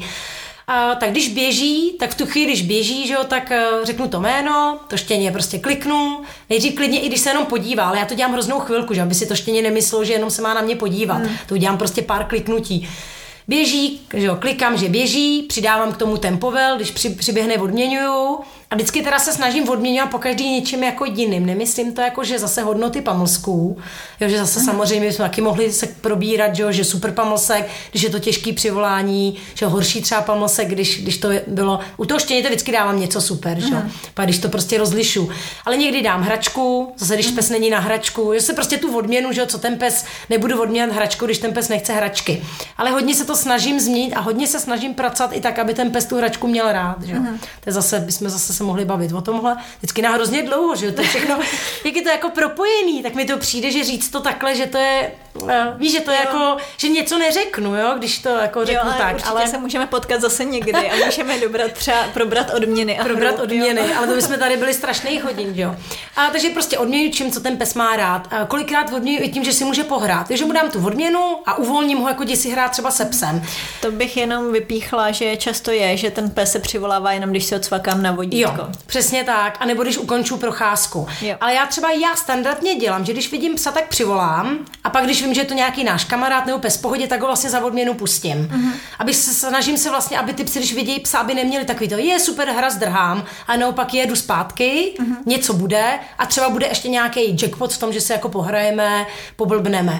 A tak když běží, tak v tu chvíli, když běží, že jo, tak uh, řeknu to jméno, to štěně prostě kliknu, nejdřív klidně, i když se jenom podívá, ale já to dělám hroznou chvilku, že aby si to štěně nemyslelo, že jenom se má na mě podívat, hmm. to udělám prostě pár kliknutí. Běží, že jo, klikám, že běží, přidávám k tomu ten povel, když při, přiběhne, odměňuju. A vždycky teda se snažím odměňovat po každý něčím jako jiným. Nemyslím to jako, že zase hodnoty pamlsků, jo, že zase mm. samozřejmě jsme taky mohli se probírat, že, jo, že super pamlsek, když je to těžký přivolání, že horší třeba pamlsek, když, když to bylo, u toho štěně to vždycky dávám něco super, že jo, mm. pak když to prostě rozlišu. Ale někdy dám hračku, zase když mm. pes není na hračku, že se prostě tu odměnu, že jo, co ten pes, nebudu odměnit hračku, když ten pes nechce hračky. Ale hodně se to snažím změnit a hodně se snažím pracovat i tak, aby ten pes tu hračku měl rád, že jo. Mm. To je zase, bychom zase se mohli bavit o tomhle vždycky na hrozně dlouho, že to je všechno, jak je to jako propojený, tak mi to přijde, že říct to takhle, že to je, uh, víš, že to je jo. jako, že něco neřeknu, jo, když to jako řeknu jo, ale tak. Určitě ale se můžeme potkat zase někdy a můžeme dobrat třeba probrat odměny. A probrat hru, odměny, jo. ale to bychom tady byli strašných hodin, jo. A takže prostě odměňuji čím, co ten pes má rád. A kolikrát odměňuji i tím, že si může pohrát, takže mu dám tu odměnu a uvolním ho, jako když si hrát třeba se psem. To bych jenom vypíchla, že často je, že ten pes se přivolává jenom, když si ho cvakám na vodítko. Jo, přesně tak, a nebo když ukonču procházku. Jo. Ale já třeba já standardně dělám, že když vidím psa, tak přivolám a pak když vím, že je to nějaký náš kamarád nebo pes v pohodě, tak ho vlastně za odměnu pustím. Mm-hmm. Aby se snažím se vlastně, aby ty psy, když vidějí psa, aby neměli takový to, je super, hra zdrhám, a naopak jedu zpátky, mm-hmm. něco bude a třeba bude ještě nějaký jackpot v tom, že se jako pohrajeme, poblbneme.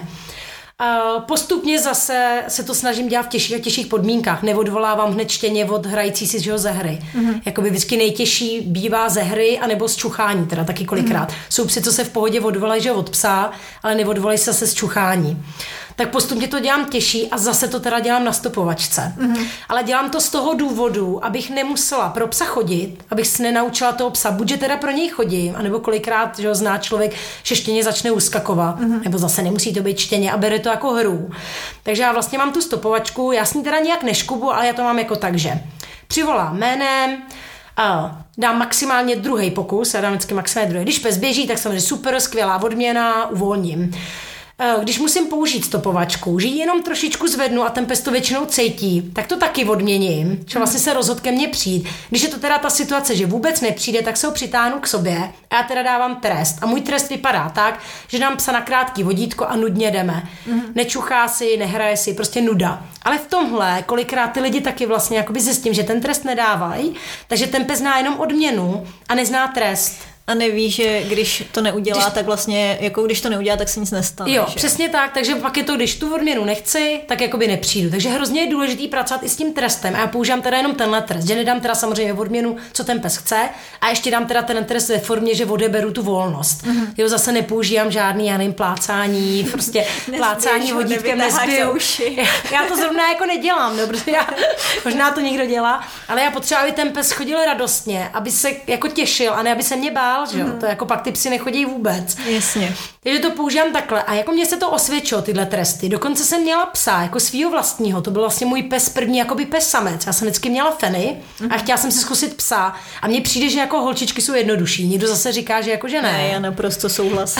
Uh, postupně zase se to snažím dělat v těžších a těžších podmínkách. Neodvolávám hned štěně od hrající si ze hry. Mm-hmm. Jakoby vždycky nejtěžší bývá ze hry a nebo z čuchání, teda taky kolikrát. Mm-hmm. Jsou psi, co se v pohodě odvolají, že od psa, ale neodvolají se zase z čuchání. Tak postupně to dělám těžší a zase to teda dělám na stopovačce. Mm-hmm. Ale dělám to z toho důvodu, abych nemusela pro psa chodit, abych si nenaučila toho psa, buďže teda pro něj chodím, anebo kolikrát, že ho zná člověk, že štěně začne uskakovat, mm-hmm. nebo zase nemusí to být štěně a bere to jako hru. Takže já vlastně mám tu stopovačku, já s ní teda nějak neškubu, ale já to mám jako tak, že přivolám jménem, a dám maximálně druhý pokus, já dám vždycky maximálně druhý. Když pes běží, tak samozřejmě super, skvělá odměna, uvolním. Když musím použít stopovačku, že ji jenom trošičku zvednu a ten pes to většinou cítí, tak to taky odměním, že vlastně se rozhodl ke mně přijít. Když je to teda ta situace, že vůbec nepřijde, tak se ho přitáhnu k sobě a já teda dávám trest. A můj trest vypadá tak, že dám psa na krátký vodítko a nudně jdeme. Mm. Nečuchá si, nehraje si, prostě nuda. Ale v tomhle kolikrát ty lidi taky vlastně jakoby zjistím, že ten trest nedávají, takže ten pes zná jenom odměnu a nezná trest. A neví, že když to neudělá, když... tak vlastně, jako když to neudělá, tak se nic nestane. Jo, že? Přesně tak, takže pak je to, když tu odměnu nechci, tak jakoby nepřijdu. Takže hrozně je důležitý pracovat i s tím trestem. A já používám teda jenom tenhle trest, že nedám teda samozřejmě odměnu, co ten pes chce, a ještě dám teda ten trest ve formě, že odeberu tu volnost. Mm-hmm. Jo, zase nepoužívám žádný, já nevím, plácání, prostě plácání vodítkem nezbiju. Já to zrovna jako nedělám, no, protože já, možná to někdo dělá, ale já potřebuji, aby ten pes chodil radostně, aby se jako těšil a ne aby se mě bál. Že jo? Mm. To jako pak ty psy nechodí vůbec. Jasně. Takže to používám takhle. A jako mě se to osvědčilo, tyhle tresty. Dokonce jsem měla psa, jako svýho vlastního. To byl vlastně můj pes první, jakoby pes samec. Já jsem vždycky měla Feny mm. a chtěla jsem si zkusit psa. A mně přijde, že jako holčičky jsou jednodušší. Někdo zase říká, že jako že ne. Ne, já naprosto souhlasím.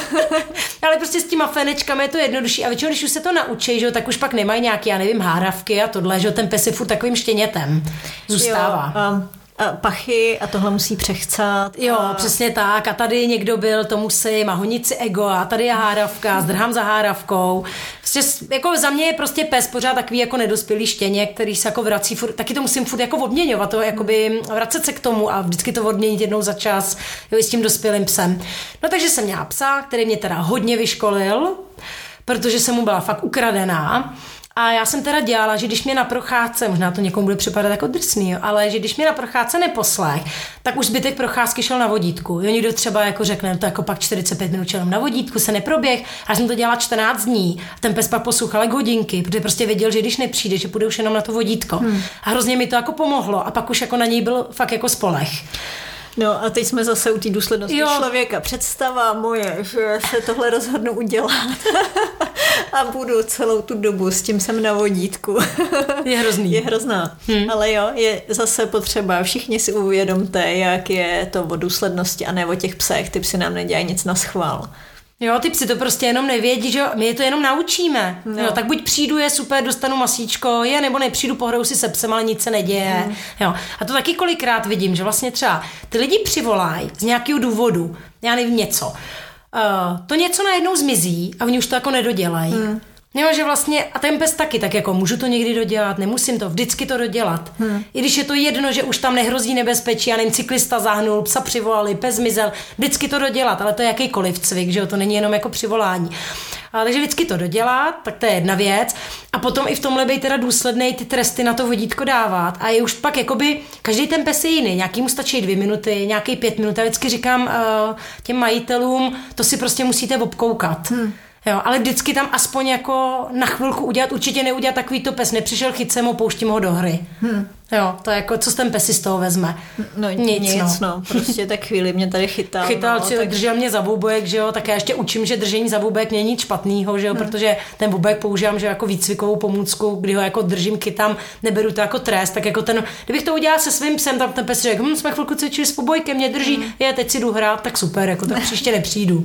Ale prostě s těma Fenečkami je to jednodušší. A většinou, když už se to naučí, že tak už pak nemají nějaký, já nevím, háravky a tohle, že ten pes je furt takovým štěnětem. Zůstává. Jo, um. Pachy a tohle musí přechcat. Jo, a... přesně tak. A tady někdo byl, to musím, a honit si ego, a tady je háravka, zdrhám za háravkou. Jako za mě je prostě pes pořád takový jako nedospělý štěně, který se jako vrací furt, taky to musím furt jako odměňovat, to jakoby vracet se k tomu a vždycky to odměnit jednou za čas, jo, i s tím dospělým psem. No takže jsem měla psa, který mě teda hodně vyškolil, protože jsem mu byla fakt ukradená. A já jsem teda dělala, že když mě na procházce, možná to někomu bude připadat jako drsný, jo, ale že když mě na procházce neposlech, tak už zbytek procházky šel na vodítku. Jo, někdo třeba jako řekne, to jako pak čtyřicet pět minut šel na vodítku, se neproběh. A já jsem to dělala čtrnáct dní. A ten pes pak poslouchal jak hodinky, protože prostě věděl, že když nepřijde, že půjde už jenom na to vodítko. Hmm. A hrozně mi to jako pomohlo. A pak už jako na něj byl fakt jako spolech. No a teď jsme zase u té důslednosti jo. člověka. Představa moje, že se tohle rozhodnu udělat a budu celou tu dobu s tím jsem na vodítku. Je hrozný. Je hrozná. Hmm. Ale jo, je zase potřeba. Všichni si uvědomte, jak je to o důslednosti a ne o těch psech. Ty psi nám nedělají nic na schvál. Jo, ty psi to prostě jenom nevědí, že my je to jenom naučíme. No. Jo, tak buď přijdu, je super, dostanu masíčko, je, nebo nepřijdu, pohraju si se psem, ale nic se neděje. Mm. Jo. A to taky kolikrát vidím, že vlastně třeba ty lidi přivolají z nějakého důvodu, já nevím, něco. Uh, to něco najednou zmizí a oni už to jako nedodělají. Mm. Jo, že vlastně, a ten pes taky, tak jako můžu to někdy dodělat, nemusím to, vždycky to dodělat. Hmm. I když je to jedno, že už tam nehrozí nebezpečí, a nevím, cyklista zahnul, psa přivolali, pes zmizel, vždycky to dodělat, ale to je jakýkoliv cvik, že jo, to není jenom jako přivolání. A takže vždycky to dodělat, tak to je jedna věc. A potom i v tomhle bej teda důslednej ty tresty na to vodítko dávat. A je už pak jakoby, každý ten pes je jiný, nějaký mu stačí dvě minuty, nějaký pět minut. Já vždycky říkám uh, těm majitelům, to si prostě musíte obkoukat. Hmm. Jo, ale vždycky tam aspoň jako na chvilku udělat, určitě neudělat takový to pes, nepřišel, chyt jsem ho, pouštím ho do hry. Hmm. Jo, to je jako, co ten pes si z toho vezme? No nic, nic no. no. Prostě tak chvíli mě tady chytal. Chytal, no, či, tak... držel mě za vůbek, že jo, tak já ještě učím, že držení za vůbek není nic špatnýho, že jo, hmm. protože ten vůbek používám, že jako výcvikovou pomůcku, kdy ho jako držím, chytám, neberu to jako trest, tak jako ten, kdybych to udělala se svým psem, tak ten pes řekl, hm, jsme chvilku cvičili s pobojkem, mě drží, hmm. je, teď si jdu hrát, tak super, jako tak příště nepřijdu.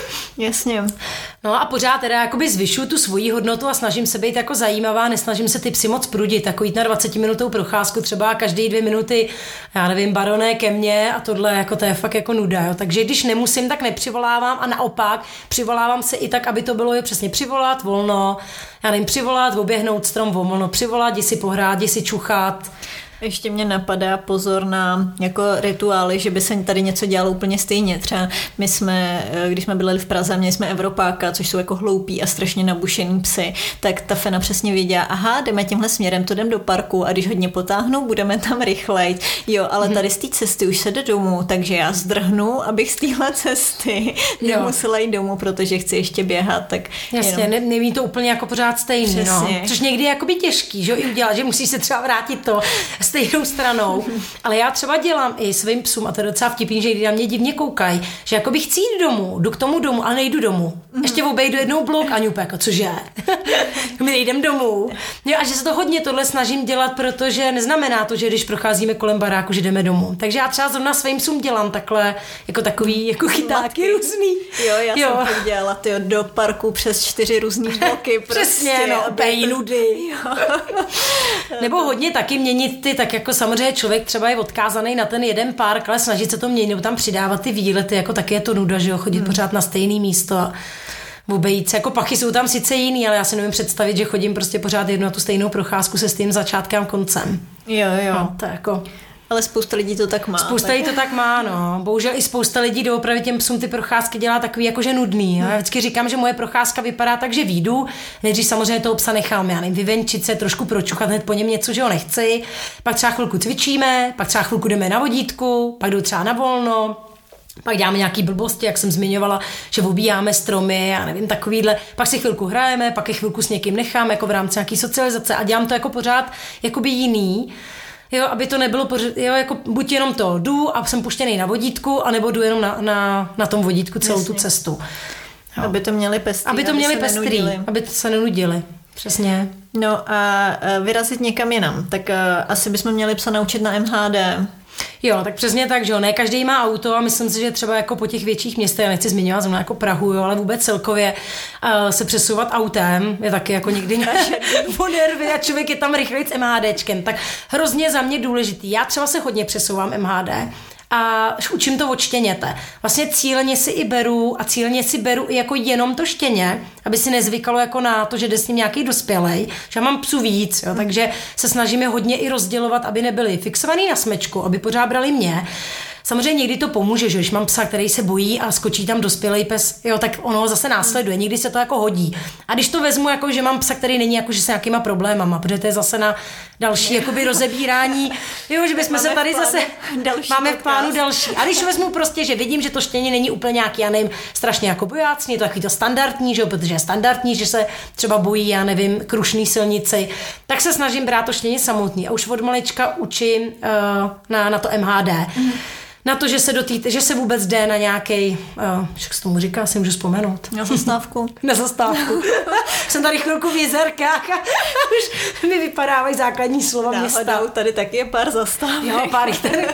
Jasně. No a pořád teda jakoby zvyšuju tu svoji hodnotu a snažím se být jako zajímavá, nesnažím se ty psy moc prudit, jako jít na dvacetiminutovou procházku třeba každý dvě minuty, já nevím, baroné ke mně a tohle, jako to je fakt jako nuda, jo. Takže když nemusím, tak nepřivolávám a naopak přivolávám se i tak, aby to bylo je přesně přivolat, volno, já nevím, přivolat, oběhnout strom, volno, přivolat, jdi si pohrát, jdi si čuchat. Ještě mě napadá pozor na jako rituály, že by se tady něco dělalo úplně stejně. Třeba my jsme, když jsme byli v Praze, měli jsme Evropáka, což jsou jako hloupí a strašně nabušený psy, tak ta Fena přesně věděla, aha, jdeme tímhle směrem, to jdem do parku a když hodně potáhnou, budeme tam rychleji. Jo, ale tady z té cesty už se jde domů, takže já zdrhnu, abych z téhle cesty nemusela jít domů, protože chci ještě běhat. Tak jasně, jenom... ne, neví to úplně jako pořád stejný. No. Což někdy je jakoby těžký, že jo, i udělat, že musíš se třeba vrátit to stejnou stranou. Ale já třeba dělám i svým psům, a to je docela vtipný, že když na mě divně koukají, že jakoby chci jít domů, jdu k tomu domu, ale nejdu domů. Ještě obejdu jednou blok a ňupe, jako cože? My nejdem domů. Jo, a že se to hodně tohle snažím dělat, protože neznamená to, že když procházíme kolem baráku, že jdeme domů. Takže já třeba zrovna svým psům dělám takhle, jako takový, jako chytáky různý. Jo, já jo. jsem tak dělala, tyjo, do parku přes čtyři různý bloky. Přesně, prostě, no, bej nudy. Nebo hodně taky měnit ty, tak jako samozřejmě člověk třeba je odkázaný na ten jeden park, ale snažit se to měnit, nebo tam přidávat ty výlety, jako taky je to nuda, že jo, chodit hmm. pořád na stejné místo a obejít se. Jako pachy jsou tam sice jiný, ale já si nevím představit, že chodím prostě pořád jednu na tu stejnou procházku se stejným začátkem a koncem. Jo, jo. No, to jako... Ale spousta lidí to tak má. Spousta lidí to tak má, no. Bohužel i spousta lidí doopravdy těm psům ty procházky dělá takový jakože nudný. Hmm. Já vždycky říkám, že moje procházka vypadá tak, že výjdu, nejdřív samozřejmě toho psa nechám, já nevím, vyvenčit se, trošku pročuchat hned po něm něco, že ho nechci, pak třeba chvilku cvičíme, pak třeba chvilku jdeme na vodítku, pak jdu třeba na volno, pak děláme nějaký blbosti, jak jsem zmiňovala, že obíjáme stromy, já nevím, takovýhle, pak si chvilku hrajeme, pak je chvilku s někým nechám, jako v rámci nějaký socializace a dělám to jako pořád jakoby jiný. Jo, aby to nebylo, pořád, jo, jako buď jenom to jdu a jsem puštěný na vodítku, anebo jdu jenom na, na, na tom vodítku celou Jasně. tu cestu. Jo. Aby to měli pestrý. Aby to měli aby pestrý, nenudili. Aby se nenudili. Přesně. No a vyrazit někam jinam, tak asi bychom měli psa naučit na M H D. Jo, tak přesně tak, že jo, ne každý má auto a myslím si, že třeba jako po těch větších městech, já nechci zmiňovat zrovna jako Prahu, jo, ale vůbec celkově uh, se přesouvat autem je taky jako někdy po nervy a člověk je tam rychleji s MHDčkem, tak hrozně za mě důležitý. Já třeba se hodně přesouvám M H D a učím to od štěněte. Vlastně cíleně si i beru a cíleně si beru i jako jenom to štěně, aby si nezvykalo jako na to, že jde s ním nějaký dospělej, že já mám psů víc, jo, takže se snažíme hodně i rozdělovat, aby nebyli fixovaný na smečku, aby pořád brali mě. Samozřejmě někdy to pomůže, že když mám psa, který se bojí a skočí tam dospělej pes, jo, tak ono zase následuje, někdy se to jako hodí. A když to vezmu, jako, že mám psa, který není jako, že se nějakýma problémama, protože to je zase na další jakoby rozebírání, jo, že bychom se tady zase, máme v plánu další. A když vezmu prostě, že vidím, že to štění není úplně nějaký, já nevím, strašně jako bojácný, to takový to standardní, že jo, protože je standardní, že se třeba bojí, já nevím, krušný silnici, tak se snažím brát to štění samotný a už od malička učím uh, na, na to M H D. Mm. Na to, že se dotý, že se vůbec jde na nějaký, uh, jak se tomu říká, si můžu vzpomenout. Na zastávku. Na zastávku. Jsem tady chvilku v Jezerkách a už mi vypadávají základní slova Náhodou, města. Tady taky je pár zastávek. Jo, pár jich tady.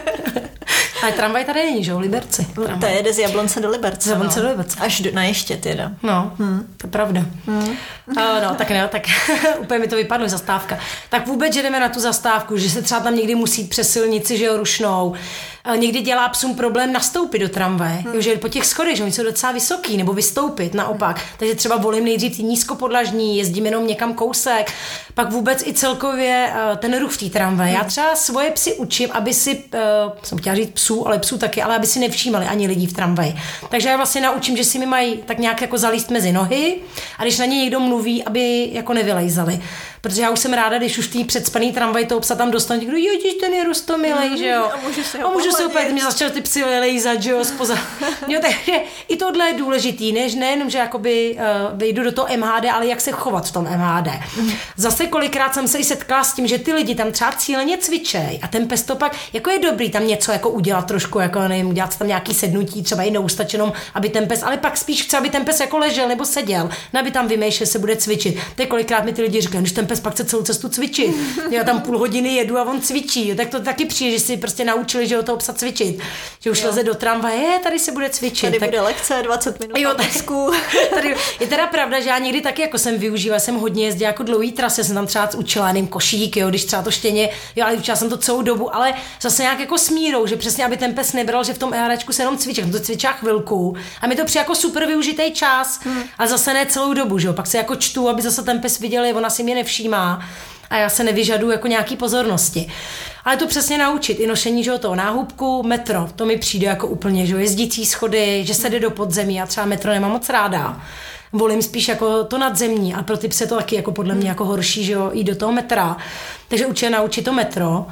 Ale tramvaj tady není, že jo, Liberci. Tramvaj. To jede z Jablonce do Liberce. Z Jablonce no. do Liberce. Až do, na Ještěd jede. No, hmm. To je pravda. Hmm. Uh, no, tak ne, tak úplně mi to vypadlo, zastávka. Tak vůbec, že jdeme na tu zastávku, že se třeba tam někdy musí přes silnici, že jo, rušnou. Uh, někdy dělá psům problém nastoupit do tramvaje, hmm. jo, že po těch schodech, že oni jsou docela vysoký, nebo vystoupit, naopak. Hmm. Takže třeba volím nejdřív ty nízkopodlažní, jezdím jenom někam kousek, pak vůbec i celkově uh, ten ruch v té tramvaje. Hmm. Já třeba svoje psy učím, aby si, uh, jsem chtěla říct psů, ale psů taky, ale aby si nevšímali ani lidí v tramvaji. Takže já vlastně naučím, že si mi mají tak nějak jako zalíst mezi nohy a když na ně někdo mluví, aby jako nevylejzali. Protože já už jsem ráda, když už v té předspaný tramvaj toho psa tam dostanu, někdo, ježiš, ten je rostomilej, mm, že jo. A můžu se, a můžu se opět, mě začal ty psy lejzat, že jo, spoza. Jo, takže i tohle je důležitý, než nejenom, že jakoby uh, vejdu do toho M H D, ale jak se chovat v tom M H D. Mm. Zase kolikrát jsem se i setkala s tím, že ty lidi tam třeba cíleně cvičej a ten pes to pak, jako je dobrý tam něco jako udělat trošku, jako nevím, udělat tam nějaký sednutí, třeba i neustat jenom, aby ten pes, ale pak spíš chce, aby ten pes jako ležel nebo seděl, ne aby tam vymýšlel, se bude cvičit. Tak kolikrát mi ty lidi říkají, když ten pes pak chce celou cestu cvičit. Já tam půl hodiny jedu a on cvičí, tak to taky přijde, že si prostě naučili, že ho toho psa cvičit. Že už jo. Leze do tramvaje, tady se bude cvičit. Tady tak... bude lekce, dvacet minut jo, tak... tady je teda pravda, že já někdy taky jako jsem využívala, jsem hodně jezdila jako dlouhý trasy, jsem tam třeba učila nevím, košík, jo, když třeba to štěně, jo, ale učila jsem to celou dobu, ale zase nějak jako smírou, že přesně aby ten pes nebral, že v tom EHRčku se jenom cvičí, to cvičá chvilku a mi to přijde jako super využitý čas, hmm. ale zase ne celou dobu, že jo, pak se jako čtu, aby zase ten pes viděl, ona si mě nevšímá a já se nevyžaduju jako nějaký pozornosti. Ale to přesně naučit, i nošení, že jo, toho náhubku, metro, to mi přijde jako úplně, že jo, jezdící schody, že se jde do podzemí, já třeba metro nemám moc ráda. Volím spíš jako to nadzemní a pro ty psy to taky jako podle mě jako horší, že jo, jít do toho metra. Takže učí naučit to metro.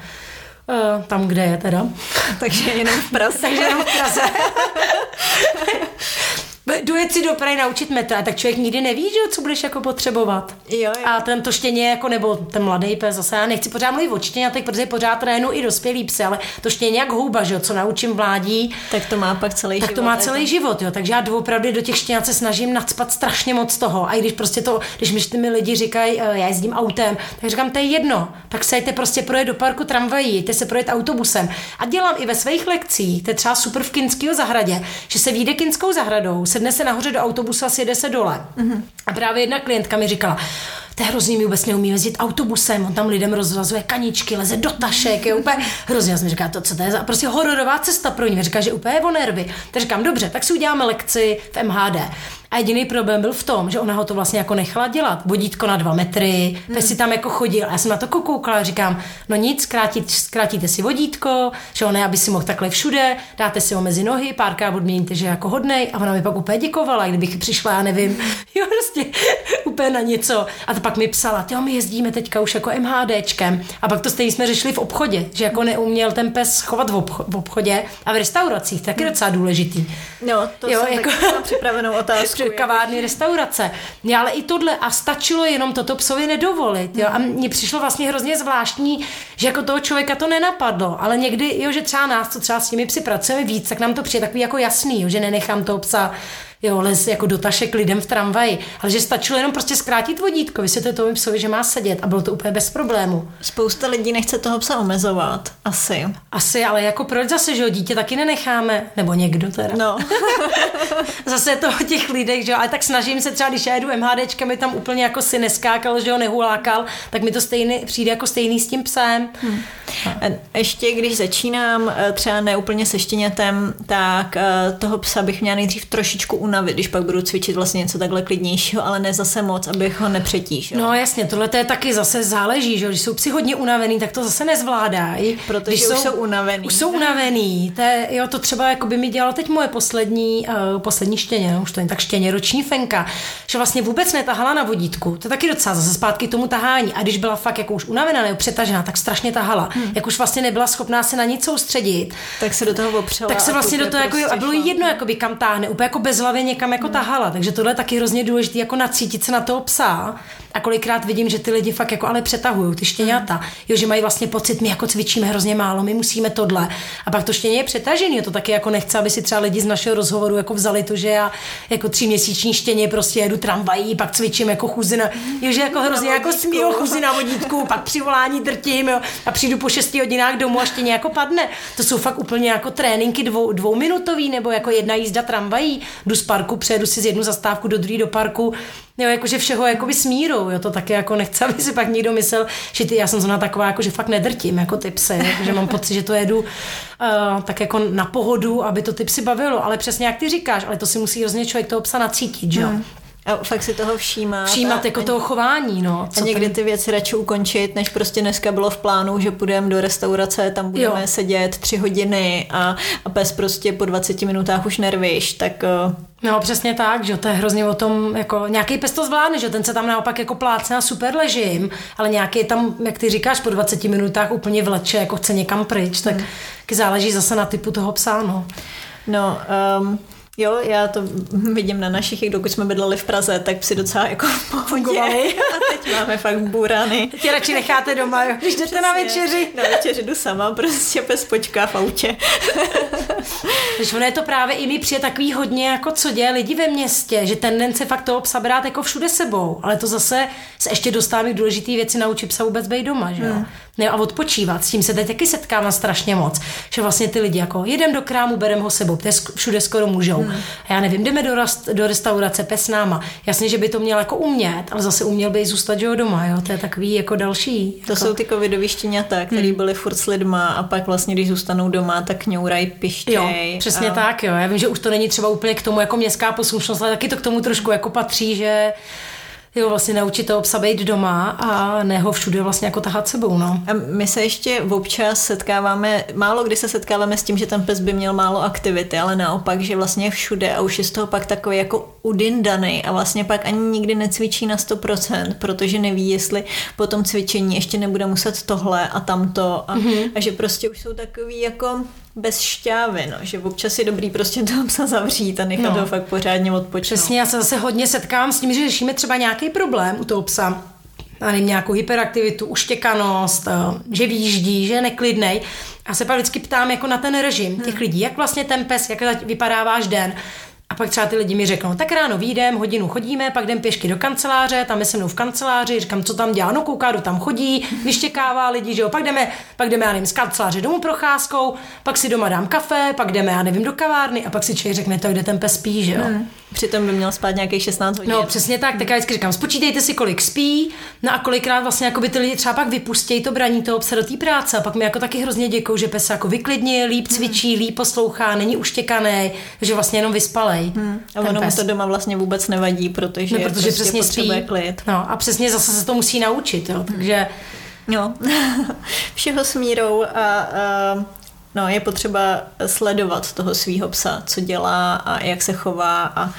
Uh, tam, kde je teda. Takže jenom v Praze. Takže jenom v Praze. Dojet si do Prahy naučit metra, tak člověk nikdy neví, že, co budeš jako potřebovat. Jo, jo. A ten to štěně, jako, nebo ten mladý pes, zase já nechci pořád mluvit o štěňatech, protože pořád trénu i dospělý psy, ale to štěně jak houba, že, co naučím mládí. Tak to má pak celý tak život. Tak to má celý život, jo. Takže já doopravdy do těch štěňat se snažím nacpat strašně moc toho. A i když prostě to, když mi, mi lidi říkají, já jezdím autem, tak říkám, to je jedno. Tak se jděte prostě projet do parku tramvají, jděte se projet autobusem. A dělám i ve svých lekcích, to je třeba super v Kinského zahradě, že se vyjde Kinskou zahradou, sedne se nahoře do autobusu a sjede se dole. Mm-hmm. A právě jedna klientka mi říkala, to je hrozný, mi vůbec neumí jezdit autobusem, on tam lidem rozvazuje kaničky, leze do tašek, je úplně hrozně. Já jsem říkala, to co to je za prostě hororová cesta pro ní. Říká, že úplně je o nervy. Tak říkám, dobře, tak si uděláme lekci v M H D. A jediný problém byl v tom, že ona ho to vlastně jako nechala dělat. Vodítko na dva metry, hmm. pes si tam jako chodil. A já jsem na to koukala a říkám, no nic, zkrátit, zkrátíte si vodítko, že on ne, aby si mohl takhle všude, dáte si ho mezi nohy, párkrát odměníte, že je jako hodnej. A ona mi pak úplně děkovala, kdybych přišla, já nevím, jo, prostě úplně na něco. A to pak mi psala, jo, my jezdíme teďka už jako MHDčkem. A pak to stejně jsme řešili v obchodě, že jako neuměl ten pes chovat v, obch- v obchodě a v restauracích, taky docela důležitý. No, to jo, jsem jako... taky připravenou otázku. Kavárny, restaurace. Já, ale i tohle a stačilo jenom toto psovi nedovolit. Jo? A mně přišlo vlastně hrozně zvláštní, že jako toho člověka to nenapadlo, ale někdy, jo, že třeba nás, co třeba s těmi psy pracujeme víc, tak nám to přijde takový jako jasný, jo? Že nenechám toho psa jo, les jako do tašek lidem v tramvaji, ale že stačilo jenom prostě zkrátit vodítko, vysvětlit tomu psovi, že má sedět a bylo to úplně bez problému. Spousta lidí nechce toho psa omezovat, asi. Asi, ale jako proč zase, že jo, dítě taky nenecháme, nebo někdo teda. No. Zase to o těch lidech, že jo, ale tak snažím se třeba, když já jedu MHDčka, mi tam úplně jako si neskákal, že jo, nehulákal, tak mi to stejný, přijde jako stejný s tím psem. Hmm. Ještě když začínám třeba neúplně se štěnětem, tak toho psa bych měla nejdřív trošičku unavit, když pak budu cvičit vlastně něco takhle klidnějšího, ale ne zase moc, abych ho nepřetížil. No jasně, tohle to je taky zase záleží, že když jsou psi hodně unavený, tak to zase nezvládají. Protože když už jsou, jsou unavený. Už jsou unavený. To, je, jo, to třeba jako by mi dělala teď moje poslední, uh, poslední štěně, no, už to je tak štěně, roční Fenka, že vlastně vůbec netahala na vodítku. To je taky docela zase zpátky tomu tahání. A když byla fakt jako už unavená nebo přetažená, tak strašně tahala. Hmm. Jak už vlastně nebyla schopná se na nic soustředit. Tak se do toho opřela. Tak se vlastně do toho jako, prostě a bylo jedno, jakoby, kam táhne, úplně jako bezhlavě někam jako hmm. tahala. Takže tohle je taky hrozně důležité, jako nacítit se na toho psa. A kolikrát vidím, že ty lidi fakt jako ale přetahují ty štěňata. Hmm. Jo, že mají vlastně pocit, my jako cvičíme hrozně málo, my musíme tohle. A pak to štěně je přetažený, to taky jako nechce, aby si třeba lidi z našeho rozhovoru jako vzali to, že já jako tříměsíční štěně prostě jedu tramvají, pak cvičím jako chůzi na, jo, že jako hrozně jako smíl chůzi na vodítku, pak přivolání drtím, jo, a přijdu po šesti hodinách domů a štěně jako padne. To jsou fakt úplně jako tréninky dvou, dvouminutový nebo jako jedna jízda tramvají. Jdu z parku, přejedu si z jednu zastávku do druhé do parku. Jo, jakože všeho jakoby s mírou, jo, to taky jako nechce, aby si pak někdo myslel, že ty, já jsem zrovna taková, jako, že fakt nedrtím, jako ty psy, jako, že mám pocit, že to jedu uh, tak jako na pohodu, aby to ty psy bavilo, ale přesně jak ty říkáš, ale to si musí hrozně člověk toho psa nacítit, že jo. Hmm. A fakt si toho všímat. Všímat jako a, toho chování, no. A někdy ten... ty věci radši ukončit, než prostě dneska bylo v plánu, že půjdeme do restaurace, tam budeme jo. sedět tři hodiny a, a pes prostě po dvaceti minutách už nervíš, tak... Uh... No přesně tak, že to je hrozně o tom, jako nějaký pes to zvládne, že ten se tam naopak jako plácne a super ležím, ale nějaký tam, jak ty říkáš, po dvaceti minutách úplně vleče, jako chce někam pryč, tak hmm. záleží zase na typu toho psa, no. No, um... Jo, já to vidím na našich, dokud jsme bydleli v Praze, tak psi docela jako fungovali. A teď máme fakt burany. Tě radši necháte doma, jo? Když jdete na večeři. Na večeři jdu sama, prostě pes počká v autě. Když ono je to právě i mi přijde takový hodně, jako co děje lidi ve městě, že tendence fakt toho psa brát jako všude sebou, ale to zase se ještě dostává k důležitý věci naučit psa vůbec být doma, že jo? Hmm. Ne, a odpočívat, s tím se teď taky setkávám strašně moc, že vlastně ty lidi jako jedem do krámu, berem ho sebou, všude skoro můžou. Hmm. A já nevím, jdeme do, rast, do restaurace, pes náma. Jasně, že by to měl jako umět, ale zase uměl by i zůstat, že jo, doma, jo, to je takový jako další. To jako... jsou ty covidový štěňata, který hmm. byli furt s lidma a pak vlastně, když zůstanou doma, tak kňourají, pištěj. Jo, přesně a... tak, jo. Já vím, že už to není třeba úplně k tomu jako městská poslušnost, ale taky to k tomu trošku jako patří, že jo, vlastně naučit toho psa být doma a ne ho všude vlastně jako tahat sebou, no. A my se ještě občas setkáváme, málo kdy se setkáváme s tím, že ten pes by měl málo aktivity, ale naopak, že vlastně je všude a už je z toho pak takový jako udindaný a vlastně pak ani nikdy necvičí na sto procent, protože neví, jestli po tom cvičení ještě nebude muset tohle a tamto a, mm-hmm. a že prostě už jsou takový jako bez šťávy, no, že občas je dobrý prostě toho psa zavřít a nechat no. ho fakt pořádně odpočnout. Přesně, já se zase hodně setkám s tím, že řešíme třeba nějaký problém u toho psa, a nevím, nějakou hyperaktivitu, uštěkanost, že výjíždí, že je neklidnej. A se pak vždycky ptám jako na ten režim těch lidí, jak vlastně ten pes, jak vypadá váš den. A pak třeba ty lidi mi řeknou, tak ráno vyjdem, hodinu chodíme, pak jdem pěšky do kanceláře, tam je se mnou v kanceláři, říkám, co tam dělá, no kouká, tam chodí, vyštěkává lidi, že jo, pak jdeme, pak jdeme, já nevím, z kanceláře domů procházkou, pak si doma dám kafe, pak jdeme, já nevím, do kavárny a pak si člověk řekne, to, kde ten pes spí, že jo. Hmm. Přitom by měl spát nějakých šestnáct hodin. No přesně tak, tak já vždycky říkám, spočítejte si, kolik spí, no a kolikrát vlastně jako by ty lidi třeba pak vypustějí to braní toho psa do té práce a pak mi jako taky hrozně děkuju, že pes jako vyklidnil, líp cvičí, líp poslouchá, není uštěkaný, že vlastně jenom vyspalej. Hmm. A ono mu to doma vlastně vůbec nevadí, protože, no, protože prostě přesně potřebuje spí. klid. No a přesně zase se to musí naučit, jo, takže... No, všeho s mírou a... a... No, je potřeba sledovat toho svýho psa, co dělá a jak se chová a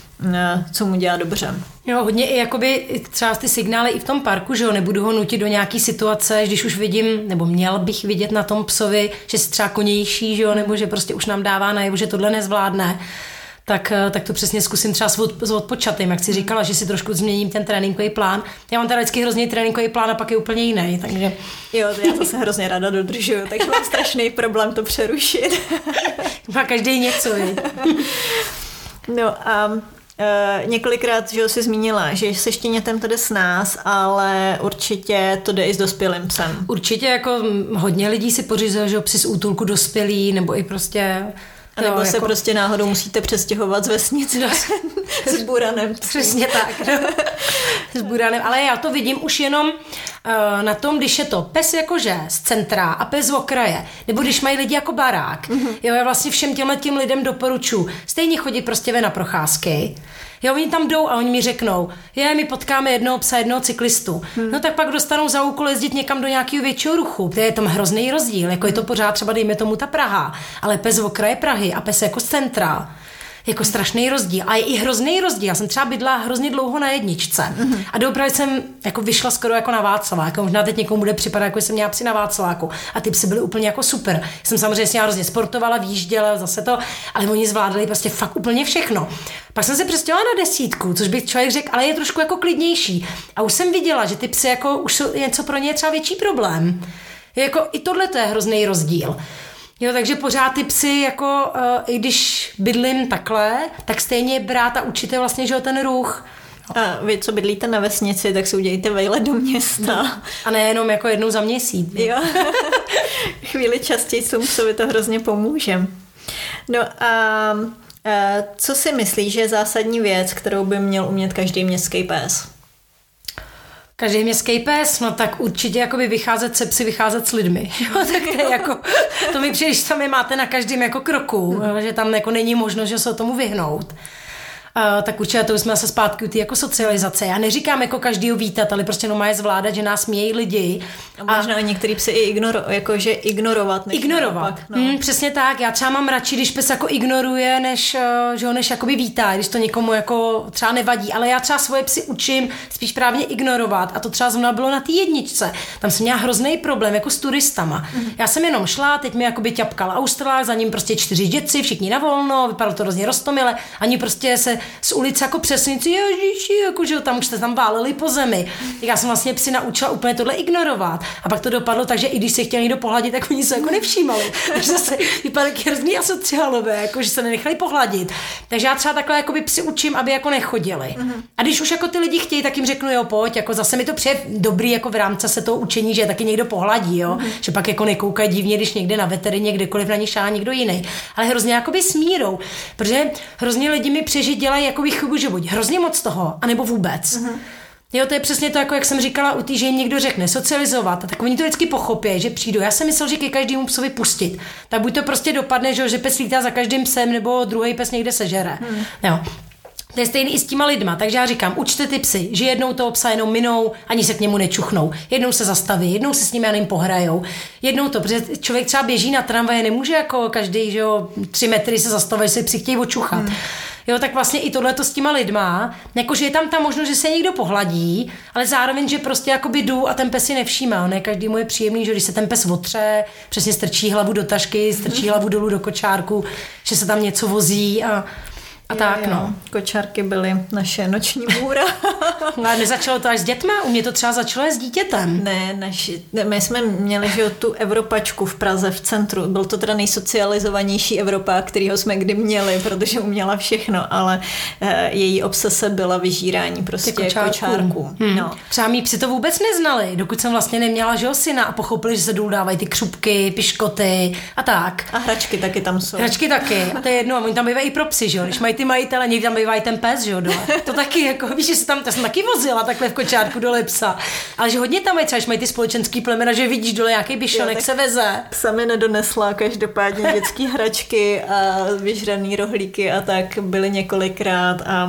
co mu dělá dobře. Jo, hodně i jakoby třeba ty signály i v tom parku, že jo, nebudu ho nutit do nějaký situace, když už vidím, nebo měl bych vidět na tom psovi, že je třeba konější, že jo, nebo že prostě už nám dává najevo, že tohle nezvládne. Tak, tak to přesně zkusím třeba s, od, s odpočatým, jak jsi říkala, že si trošku změním ten tréninkový plán. Já mám teda vždycky hrozně tréninkový plán a pak je úplně jiný, takže... Jo, to já to se hrozně ráda dodržuju, takže mám strašný problém to přerušit. Má každý něco, No a Uh, několikrát, že jsi zmínila, že se štěnětem to jde s nás, ale určitě to jde i s dospělým psem. Určitě jako hodně lidí si pořizuje, že psi z útulku dospělí, nebo i prostě... A nebo jo, se jako... prostě náhodou musíte přestěhovat z vesnice no. s buranem. Přesně tak. No. S buranem. Ale já to vidím už jenom uh, na tom, když je to pes jakože z centra a pes z okraje. Nebo když mají lidi jako barák. Mm-hmm. Jo, já vlastně všem těmhle těm lidem doporučuji stejně chodit prostě ven na procházky. Jo, oni tam jdou a oni mi řeknou, je, my potkáme jednoho psa, jednoho cyklistu. Hmm. No tak pak dostanou za úkol jezdit někam do nějakého většího ruchu. To je tam hrozný rozdíl, jako je to pořád třeba, dejme tomu, ta Praha, ale pes v okraje Prahy a pes jako z centra. Jako strašný rozdíl. A je i hrozný rozdíl. Já jsem třeba bydla hrozně dlouho na jedničce. Mm-hmm. A doopravdy jsem jako vyšla skoro jako na Václavák. Možná teď někomu bude připadat, jako jsem měla psi na Václaváku. A ty psy byly úplně jako super. Jsem samozřejmě s ním hrozně sportovala, výjížděla, zase to, ale oni zvládali prostě fakt úplně všechno. Pak jsem se přestěhovala na desítku, což by člověk řekl, ale je trošku jako klidnější. A už jsem viděla, že ty psy jako už jsou něco pro ně třeba větší problém. Je jako i tohle to je hrozný rozdíl. Jo, takže pořád ty psy, jako uh, i když bydlím takhle, tak stejně brát a učíte vlastně, že ten ruch. A vy, co bydlíte na vesnici, tak si udělejte vejlet do města. A nejenom jako jednou za měsíc. Jo. Chvíli častěji tomu psovi to hrozně pomůže. No a, a co si myslíš, že je zásadní věc, kterou by měl umět každý městský pes? Každý městský pes, no tak určitě jakoby vycházet se psy, vycházet s lidmi. Jo, tak to je jako, to mi přijde, že tam je máte na každém jako kroku, hmm. že tam jako není možnost, že se tomu vyhnout. Uh, tak určitě to jsme zase zpátky u té jako socializace. Já neříkám jako každýho vítat, ale prostě no má je zvládat, že nás mějí lidi. A možná a některý psy i ignoro, jakože ignorovat. Než ignorovat. Naopak, no. mm, přesně tak. Já třeba mám radši, když pes jako ignoruje, než, že ho než jakoby vítá, když to někomu jako třeba nevadí. Ale já třeba svoje psy učím spíš právě ignorovat. A to třeba zrovna bylo na té jedničce. Tam jsem měla hrozný problém jako s turistama. Mm. Já jsem jenom šla, teď mi jakoby ťapkal Australák, za ním prostě čtyři děci, všichni na volno, vypadalo to hrozně roztomile. Ani prostě se z ulice jako přesnici, ježiši, jako, že tam už jste tam váleli po zemi. Tak já jsem vlastně psy naučila úplně tohle ignorovat. A pak to dopadlo tak, že i když se chtěl někdo pohladit, tak oni se jako nevšímali. Takže zase vypadali hrozný asociálové, jako, že se nenechali pohladit. Takže já třeba takhle jakoby psy učím, aby jako nechodili. A když už jako ty lidi chtějí, tak jim řeknu, jo, pojď, jako zase mi to přijde dobrý jako v rámci se toho učení, že taky někdo pohladí, jo, že pak jako nekoukají divně, když někde na veterině, kdekoliv na ně šáhá někdo jiný. Ale hrozně jakoby smírou, protože hrozně lidi mi přežít dělají jakoby chybu, že buď hrozně moc toho, anebo vůbec. Uh-huh. Jo, to je přesně to, jako jak jsem říkala u tý, že jim někdo řekne socializovat, tak oni to vždycky pochopí, že přijdou. Já jsem myslel, že ke každému psovi pustit. Tak buď to prostě dopadne, že, že pes lítá za každým psem, nebo druhý pes někde sežere. Hmm. Jo. To je stejný i s těma lidma, takže já říkám, učte ty psy, že jednou toho psa jenom minou, ani se k němu nečuchnou. Jednou se zastaví, jednou se s ním jenom pohrajou. Jednou to, protože člověk třeba běží na tramvaje, nemůže jako každý, že jo, tři metry se zastavit, se psi chtějí očuchat. Hmm. Jo, tak vlastně i tohleto s těma lidma, jakože je tam ta možnost, že se někdo pohladí, ale zároveň, že prostě jakoby jdu a ten pes si nevšímá, ne? Každému je příjemný, že když se ten pes otře, přesně strčí hlavu do tašky, strčí hlavu dolů do kočárku, že se tam něco vozí a A jo, tak, jo. no. Kočárky byly naše noční můra. Ale nezačalo to až s dětma? U mě to třeba začalo s dítětem. Ne, naši, ne my jsme měli že tu Evropačku v Praze v centru. Byl to teda nejsocializovanější Evropák, kterýho jsme kdy měli, protože uměla všechno, ale e, její obsese byla vyžírání prostě kočárků. Hmm. No. Třeba mý psi to vůbec neznali, dokud jsem vlastně neměla že syna a pochopili, že se dolů dávají ty křupky, piškoty a tak. A hračky taky tam jsou. Hračky taky. A to je jedno, oni tam bývají i pro psy, že jo, když mají ty majitele, někdy tam bývají ten pes, že jo, dole. To taky, jako, víš, že se tam, to jsem taky vozila takhle v kočárku dole psa. Ale že hodně tam mají, třeba, že mají ty společenský plemena, že vidíš dole nějaký bišonek se veze. Psa mi nedonesla každopádně dětský hračky a vyžraný rohlíky a tak byly několikrát a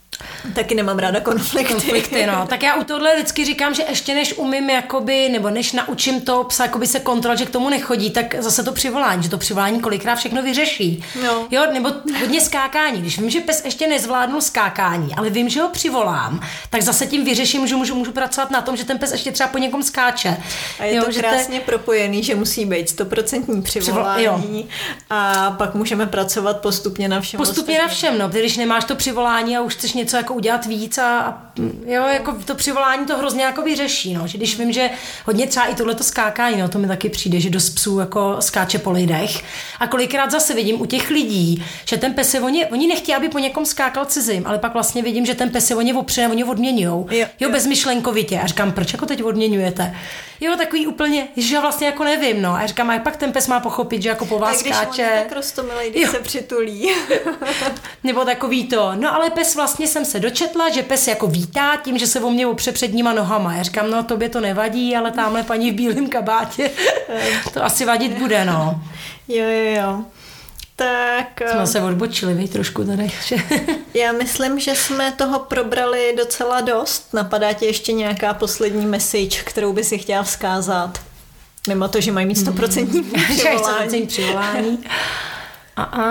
taky nemám ráda konflikty. konflikty no. Tak já u tohle vždycky říkám, že ještě než umím jakoby, nebo než naučím to psa jakoby se kontrolovat, že k tomu nechodí, tak zase to přivolání, že to přivolání kolikrát všechno vyřeší. No. Jo, nebo hodně skákání. Když vím, že pes ještě nezvládnul skákání, ale vím, že ho přivolám, tak zase tím vyřeším, že můžu, můžu pracovat na tom, že ten pes ještě třeba po někom skáče. A je jo, to krásně te... propojený, že musí být stoprocentní přivolání Přivol... a pak můžeme pracovat postupně na všem. Postupně ostatně. Na všem, no, když nemáš to přivolání a už chceš něco něco jako udělat víc a, a jo, jako to přivolání to hrozně jako vyřeší, no, že když vím, že hodně třeba i tohleto skákání, no, to mi taky přijde, že dost psů jako skáče po lidech a kolikrát zase vidím u těch lidí, že ten pes je, oni, oni nechtějí, aby po někom skákal cizím, ale pak vlastně vidím, že ten pes je oni opře, oni odměňujou, jo, jo, bezmyšlenkovitě a říkám, proč jako teď odměňujete? Jo, takový úplně, že já vlastně jako nevím, no, a říkám, a jak pak ten pes má pochopit, že jako po vás skáče. A když on je tak roztomilej, když jo. se přitulí. Nebo takový to, no ale pes vlastně jsem se dočetla, že pes jako vítá tím, že se o mě opře předníma nohama. Já říkám, no tobě to nevadí, ale tamhle paní v bílém kabátě to asi vadit bude, no. Jo, jo, jo. Tak... Jsme se odbočili, vy trošku tady. Já myslím, že jsme toho probrali docela dost. Napadá ti ještě nějaká poslední message, kterou by si chtěla vzkázat? Mimo to, že mají mít stoprocentní přivolání. přivolání. A, a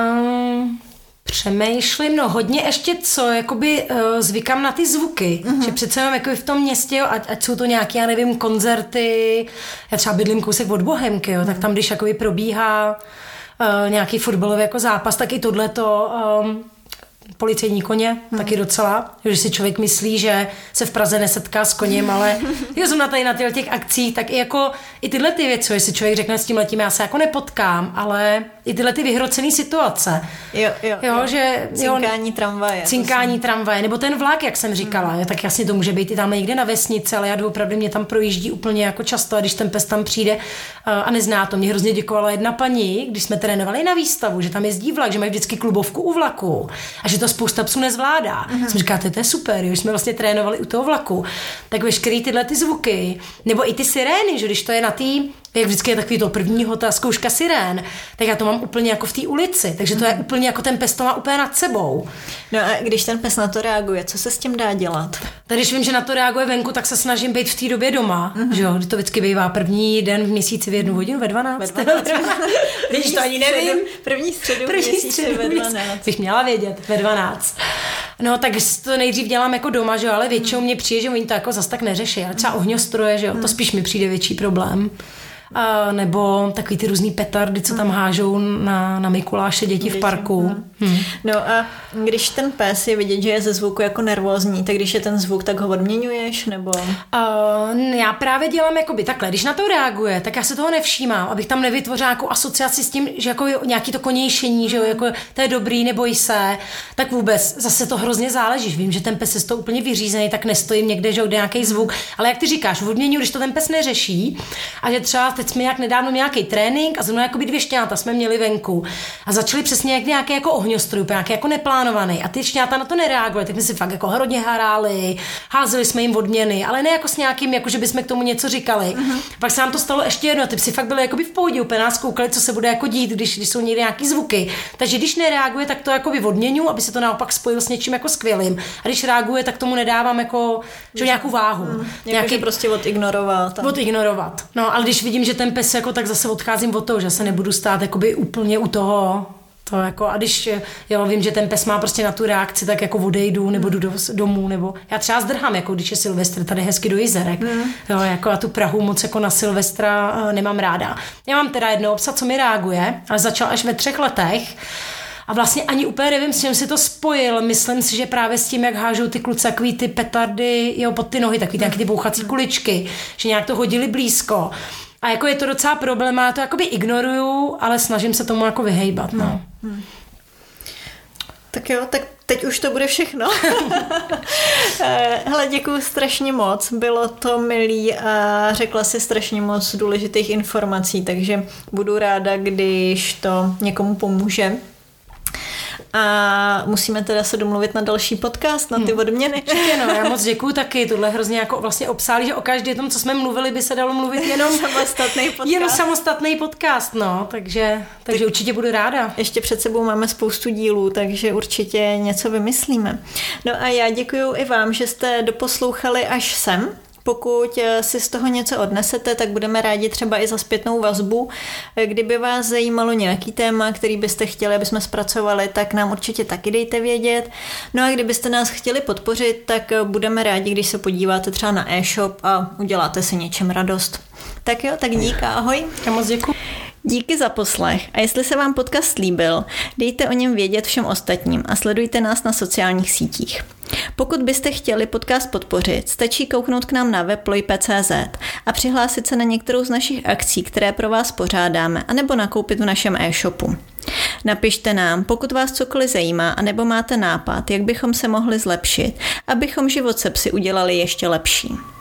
přemýšlím, no hodně ještě co, jakoby uh, zvykám na ty zvuky, uh-huh. že přece jenom jako v tom městě, jo, ať, ať jsou to nějaké, já nevím, koncerty, já třeba bydlím kousek od Bohemky, jo, tak tam, když jakoby probíhá uh, nějaký fotbalový jako zápas, tak i tohleto um, policejní koně, hmm. taky docela, že si člověk myslí, že se v Praze nesetká s koněm, ale já jsem na tady na těch akcích, tak i jako i tyhle ty věci, jestli člověk řekne s tím letím, já se jako nepotkám, ale i tyhle ty vyhrocené situace. Jo, jo, jo, jo. že cinkání jo, tramvaje. Cinkání tramvaje, nebo ten vlak, jak jsem říkala, hmm. tak jasně to může být i tam někde na vesnici, ale já opravdu mě tam projíždí úplně jako často a když ten pes tam přijde a nezná to, mě hrozně děkovala jedna paní, když jsme trénovali na výstavu, že tam jezdí vlak, že mají vždycky klubovku u vlaku a že to spousta psů nezvládá. Mm-hmm. Jsem říkala, to je super, jo, jsme vlastně trénovali u toho vlaku. Tak veškerý tyhle ty zvuky, nebo i ty sirény, že když to je na tý, jak vždycky je takový to prvního, ta zkouška sirén, tak já to mám úplně jako v té ulici, takže to je úplně jako ten pes to má úplně nad sebou. No a když ten pes na to reaguje, co se s tím dá dělat? Tak když vím, že na to reaguje venku, tak se snažím být v té době doma, mm-hmm. že jo, to vždycky bývá první den v měsíci v jednu hodinu, ve dvanáct. Ve dvanáct. Když to ani nevím. První středu první měsíci ve dvanáct. Bych měla vědět, ve dvanáct. No tak to nejdřív dělám jako doma, že jo, ale většinou mě přijde, že oni to jako zas tak neřeší, ale třeba ohňostroje, že jo, to spíš mi přijde větší problém. A nebo takový ty různý petardy, co tam hážou na, na Mikuláše děti v parku. Hmm. No a když ten pes je vidět, že je ze zvuku jako nervózní, tak když je ten zvuk, tak ho odměňuješ, nebo? Uh, já právě dělám jakoby takhle, když na to reaguje, tak já se toho nevšímám, abych tam nevytvořila nějakou asociaci s tím, že jako nějaký to konějšení, že jo, jako to je dobrý, neboj se, tak vůbec zase to hrozně záleží. Vím, že ten pes je z toho úplně vyřízený, tak nestojím někde, že jo, nějaký zvuk, ale jak ty říkáš, odměňuji, když to ten pes neřeší a že třeba teď jsme jak nedávno nějaký trénink a zrovna jakoby dvě šťáta jsme měli venku a začali přesně jak nějaký jako ohňostroj, nějaký jako neplánovaný a ty šťáta na to nereagovali, tak my si fakt jako hodně hráli, házeli jsme jim odměny, ale ne jako s nějakým, jako že bychom k tomu něco říkali. Uh-huh. Pak se nám to stalo ještě jedno, ty psi fakt byli jakoby v pohodě, úplně nás koukali, co se bude jako dít, když, když jsou někde nějaký zvuky. Takže když nereaguje, tak to jakoby odměňu, aby se to naopak spojil s něčím jako skvělým. A když reaguje, tak tomu nedávám jako že nějakou váhu. Uh-huh. Nějaký prostě odignorovat. A... Odignorovat. No, ale když vidím, že ten pes jako tak zase odcházím od toho, že se nebudu stát jakoby úplně u toho. To jako, a když jo, vím, že ten pes má prostě na tu reakci, tak jako odejdu nebo jdu do, domů, nebo já třeba zdrhám, jako když je Silvestr tady hezky do Jizerek. Mm. Jo, jako a tu Prahu moc jako na Silvestra uh, nemám ráda. Já mám teda jednoho psa, co mi reaguje, ale začal až ve třech letech. A vlastně ani úplně nevím, s čím si to spojil. Myslím si, že právě s tím, jak hážou ty kluci takový ty petardy jo, pod ty nohy, takový nějaký ty bouchací kuličky, že nějak to hodili blízko. A jako je to docela problém, já to jakoby ignoruju, ale snažím se tomu jako vyhejbat, no. Hmm. Tak jo, tak teď už to bude všechno. Hele, děkuju strašně moc, bylo to milý a řekla si strašně moc důležitých informací, takže budu ráda, když to někomu pomůže. A musíme teda se domluvit na další podcast, na ty odměny. Určitě, no, já moc děkuju taky, tohle hrozně jako vlastně obsáli, že o každém tom, co jsme mluvili, by se dalo mluvit jenom samostatný podcast. Jenom samostatný podcast, no, takže, takže tak určitě budu ráda. Ještě před sebou máme spoustu dílů, takže určitě něco vymyslíme. No a já děkuju i vám, že jste doposlouchali až sem. Pokud si z toho něco odnesete, tak budeme rádi třeba i za zpětnou vazbu. Kdyby vás zajímalo nějaký téma, který byste chtěli, aby jsme zpracovali, tak nám určitě taky dejte vědět. No a kdybyste nás chtěli podpořit, tak budeme rádi, když se podíváte třeba na e-shop a uděláte si něčem radost. Tak jo, tak dík a ahoj. Já moc děkuji. Díky za poslech a jestli se vám podcast líbil, dejte o něm vědět všem ostatním a sledujte nás na sociálních sítích. Pokud byste chtěli podcast podpořit, stačí kouknout k nám na web lojpe tečka cé zet a přihlásit se na některou z našich akcí, které pro vás pořádáme, anebo nakoupit v našem e-shopu. Napište nám, pokud vás cokoliv zajímá, anebo máte nápad, jak bychom se mohli zlepšit, abychom život se psy udělali ještě lepší.